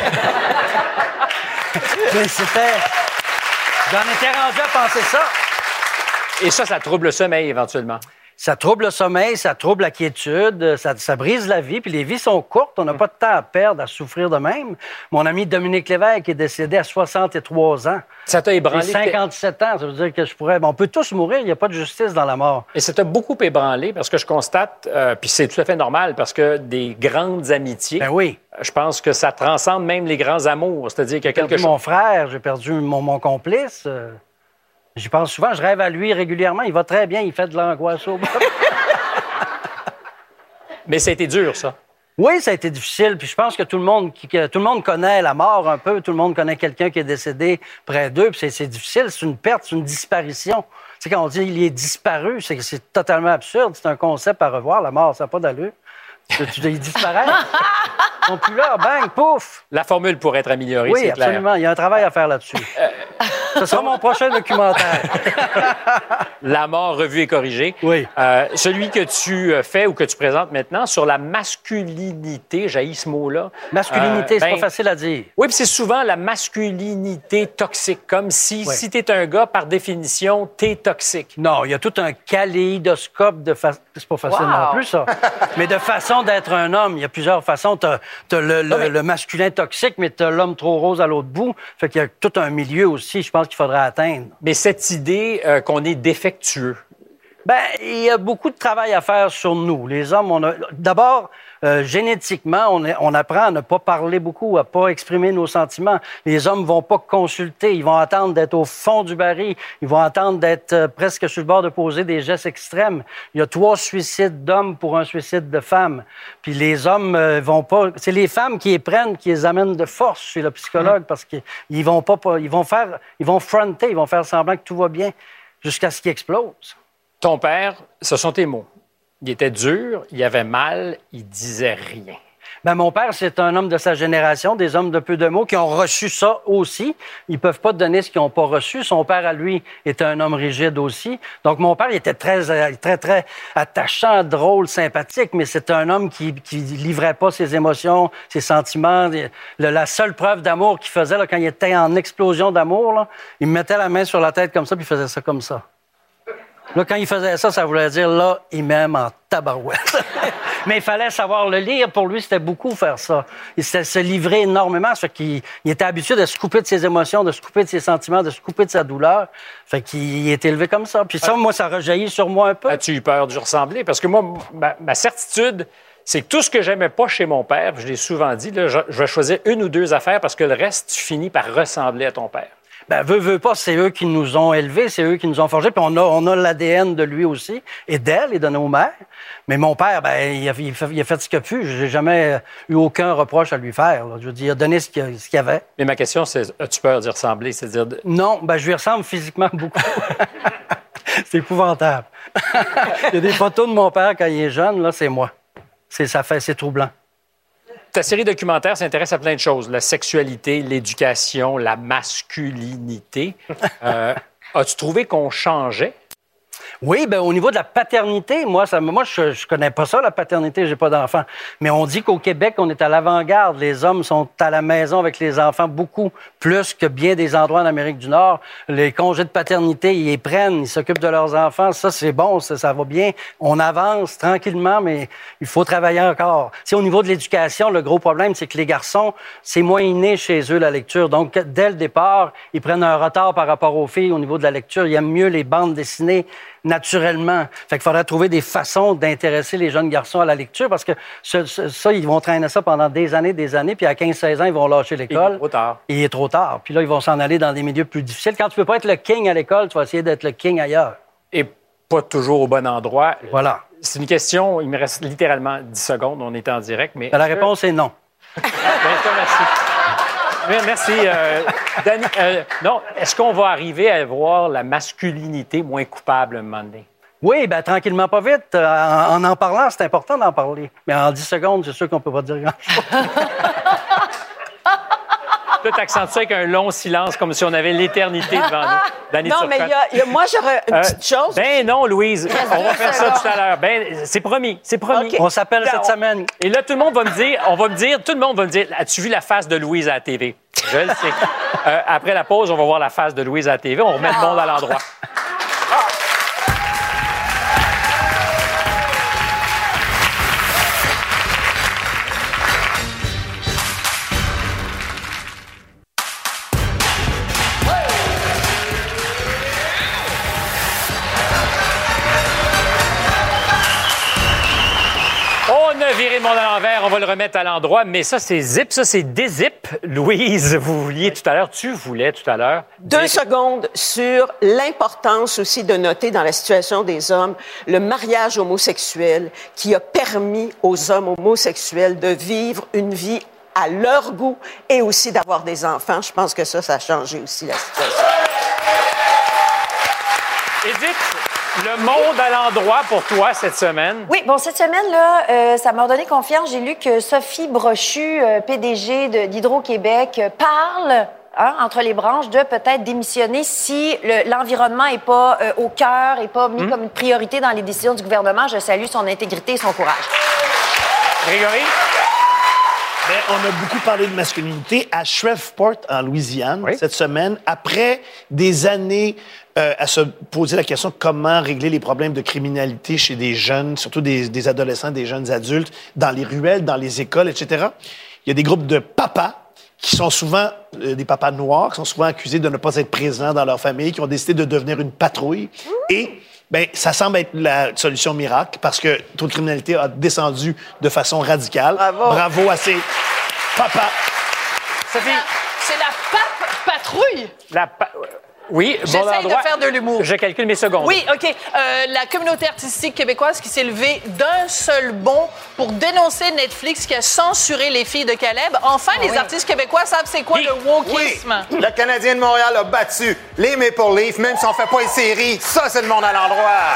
Mais c'était... J'en étais rendu à penser ça. Et ça trouble le sommeil, éventuellement. Ça trouble le sommeil, ça trouble la quiétude, ça brise la vie. Puis les vies sont courtes, on n'a pas de temps à perdre, à souffrir de même. Mon ami Dominique Lévesque est décédé à 63 ans. Ça t'a ébranlé? J'ai 57 ans, ça veut dire que je pourrais... On peut tous mourir, il n'y a pas de justice dans la mort. Et ça t'a beaucoup ébranlé parce que je constate, puis c'est tout à fait normal, parce que des grandes amitiés, ben oui. Je pense que ça transcende même les grands amours. C'est-à-dire qu'il y a quelque chose... J'ai perdu mon frère, j'ai perdu mon complice... J'y pense souvent, je rêve à lui régulièrement. Il va très bien, il fait de l'angoisse au bas. Mais ça a été dur, ça. Oui, ça a été difficile. Puis je pense que tout le monde connaît la mort un peu. Tout le monde connaît quelqu'un qui est décédé près d'eux. Puis c'est difficile, c'est une perte, c'est une disparition. Tu sais, quand on dit il est disparu, c'est totalement absurde. C'est un concept à revoir. La mort, ça n'a pas d'allure. Il disparaît. Ils sont plus là, bang, pouf. La formule pourrait être améliorée, oui, c'est clair. Oui, absolument. Il y a un travail à faire là-dessus. Ce sera mon prochain documentaire. La mort revue et corrigée. Oui. Celui que tu fais ou que tu présentes maintenant sur la masculinité, j'haïs ce mot-là. Masculinité, c'est pas facile à dire. Oui, puis c'est souvent la masculinité toxique, comme si t'es un gars, par définition, t'es toxique. Non, il y a tout un kaléidoscope de c'est pas facile non plus, ça. Mais de façon d'être un homme, il y a plusieurs façons. T'as le masculin toxique, mais t'as l'homme trop rose à l'autre bout. Fait qu'il y a tout un milieu aussi, je pense qu'il faudrait atteindre. Mais cette idée qu'on est défectueux. Bien, il y a beaucoup de travail à faire sur nous. Les hommes, d'abord, génétiquement, on apprend à ne pas parler beaucoup, à pas exprimer nos sentiments. Les hommes vont pas consulter, ils vont attendre d'être au fond du baril, ils vont attendre d'être presque sur le bord de poser des gestes extrêmes. Il y a 3 suicides d'hommes pour un suicide de femmes. Puis les hommes vont pas... C'est les femmes qui les prennent, qui les amènent de force chez le psychologue parce qu'ils vont pas... Ils vont fronter, ils vont faire semblant que tout va bien jusqu'à ce qu'ils explosent. Ton père, ce sont tes mots. Il était dur, il avait mal, il disait rien. Bien, mon père, c'est un homme de sa génération, des hommes de peu de mots qui ont reçu ça aussi. Ils peuvent pas te donner ce qu'ils n'ont pas reçu. Son père, à lui, était un homme rigide aussi. Donc, mon père, il était très, très, très attachant, drôle, sympathique, mais c'est un homme qui livrait pas ses émotions, ses sentiments. La seule preuve d'amour qu'il faisait, là, quand il était en explosion d'amour, là, il me mettait la main sur la tête comme ça, puis il faisait ça comme ça. Là, quand il faisait ça, ça voulait dire, là, il m'aime en tabarouette. Mais il fallait savoir le lire. Pour lui, c'était beaucoup faire ça. Il se livrer énormément. Ça fait qu'il était habitué de se couper de ses émotions, de se couper de ses sentiments, de se couper de sa douleur. Fait qu'il est élevé comme ça. Puis ça, moi, ça rejaillit sur moi un peu. As-tu eu peur de lui ressembler? Parce que moi, ma certitude, c'est que tout ce que j'aimais pas chez mon père, je l'ai souvent dit, là, je vais choisir 1 ou 2 affaires parce que le reste, tu finis par ressembler à ton père. Ben, veux pas, c'est eux qui nous ont élevés, c'est eux qui nous ont forgés, puis on a l'ADN de lui aussi, et d'elle, et de nos mères. Mais mon père, ben, il a fait ce qu'il a pu. J'ai jamais eu aucun reproche à lui faire. Là. Je veux dire, il a donné ce qu'il y avait. Mais ma question, c'est, as-tu peur d'y ressembler? C'est-à-dire Non, ben, je lui ressemble physiquement beaucoup. C'est épouvantable. Il y a des photos de mon père quand il est jeune, là, c'est moi. C'est troublant. Ta série documentaire s'intéresse à plein de choses. La sexualité, l'éducation, la masculinité. As-tu trouvé qu'on changeait? Oui, bien, au niveau de la paternité, moi, je connais pas ça, la paternité, j'ai pas d'enfant. Mais on dit qu'au Québec, on est à l'avant-garde. Les hommes sont à la maison avec les enfants beaucoup plus que bien des endroits en Amérique du Nord. Les congés de paternité, ils les prennent, ils s'occupent de leurs enfants. Ça, c'est bon, ça va bien. On avance tranquillement, mais il faut travailler encore. C'est au niveau de l'éducation, le gros problème, c'est que les garçons, c'est moins inné chez eux, la lecture. Donc, dès le départ, ils prennent un retard par rapport aux filles au niveau de la lecture. Ils aiment mieux les bandes dessinées naturellement. Fait qu'il faudrait trouver des façons d'intéresser les jeunes garçons à la lecture parce que ça, ils vont traîner ça pendant des années, puis à 15-16 ans, ils vont lâcher l'école. Il est trop tard. Et il est trop tard. Puis là, ils vont s'en aller dans des milieux plus difficiles. Quand tu peux pas être le king à l'école, tu vas essayer d'être le king ailleurs. Et pas toujours au bon endroit. Voilà. C'est une question, il me reste littéralement 10 secondes, on est en direct, mais... La réponse est non. Merci. Merci. Danny, non, est-ce qu'on va arriver à voir la masculinité moins coupable un moment donné? Oui, bien, tranquillement, pas vite. En parlant, c'est important d'en parler. Mais en 10 secondes, c'est sûr qu'on peut pas dire grand-chose. Toi, t'accentures ça avec un long silence, comme si on avait l'éternité devant nous. Danny non, Turcotte. mais moi, j'aurais une petite chose. Ben non, Louise, on va faire ça tout à l'heure. Ben, c'est promis, c'est promis. Okay. On s'appelle cette semaine. Et là, tout le monde va me dire, as-tu vu la face de Louise à la TV? Je le sais. Après la pause, on va voir la face de Louise à la TV. On remet le monde à l'endroit. virer le monde à l'envers, on va le remettre à l'endroit, mais ça, c'est zip, ça, c'est dézip. Louise, vous voulais tout à l'heure. 2 secondes sur l'importance aussi de noter dans la situation des hommes le mariage homosexuel qui a permis aux hommes homosexuels de vivre une vie à leur goût et aussi d'avoir des enfants. Je pense que ça a changé aussi la situation. Edith, le monde à l'endroit pour toi cette semaine? Oui, bon, cette semaine-là, ça m'a donné confiance. J'ai lu que Sophie Brochu, PDG d'Hydro-Québec, parle entre les branches de peut-être démissionner si l'environnement n'est pas au cœur, n'est pas mis comme une priorité dans les décisions du gouvernement. Je salue son intégrité et son courage. Grégory? Bien, on a beaucoup parlé de masculinité à Shreveport, en Louisiane, cette semaine, après des années à se poser la question de comment régler les problèmes de criminalité chez des jeunes, surtout des adolescents, des jeunes adultes, dans les ruelles, dans les écoles, etc. Il y a des groupes de papas qui sont souvent des papas noirs, qui sont souvent accusés de ne pas être présents dans leur famille, qui ont décidé de devenir une patrouille. Et ça semble être la solution miracle parce que le taux de criminalité a descendu de façon radicale. Bravo à ces papas. Sophie. C'est la patrouille. Oui, bon endroit. J'essaie de faire de l'humour. Je calcule mes secondes. Oui, OK. La communauté artistique québécoise qui s'est levée d'un seul bond pour dénoncer Netflix qui a censuré les filles de Caleb. Enfin, les artistes québécois savent c'est quoi le wokisme. Oui. Le Canadien de Montréal a battu les Maple Leafs, même si on fait pas une série. Ça, c'est le monde à l'endroit.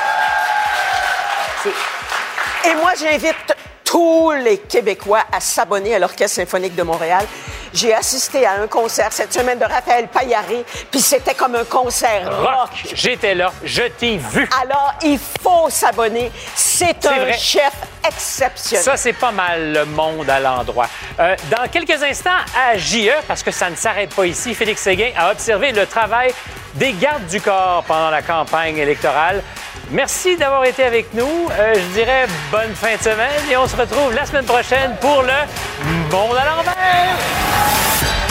Et moi, j'invite tous les Québécois à s'abonner à l'Orchestre symphonique de Montréal. J'ai assisté à un concert cette semaine de Raphaël Paillaré, puis c'était comme un concert rock. J'étais là, je t'ai vu. Alors, il faut s'abonner. C'est un vrai. chef exceptionnel. Ça, c'est pas mal le monde à l'endroit. Dans quelques instants, à JE, parce que ça ne s'arrête pas ici, Félix Séguin a observé le travail des gardes du corps pendant la campagne électorale. Merci d'avoir été avec nous. Je dirais bonne fin de semaine et on se retrouve la semaine prochaine pour le Monde à l'envers.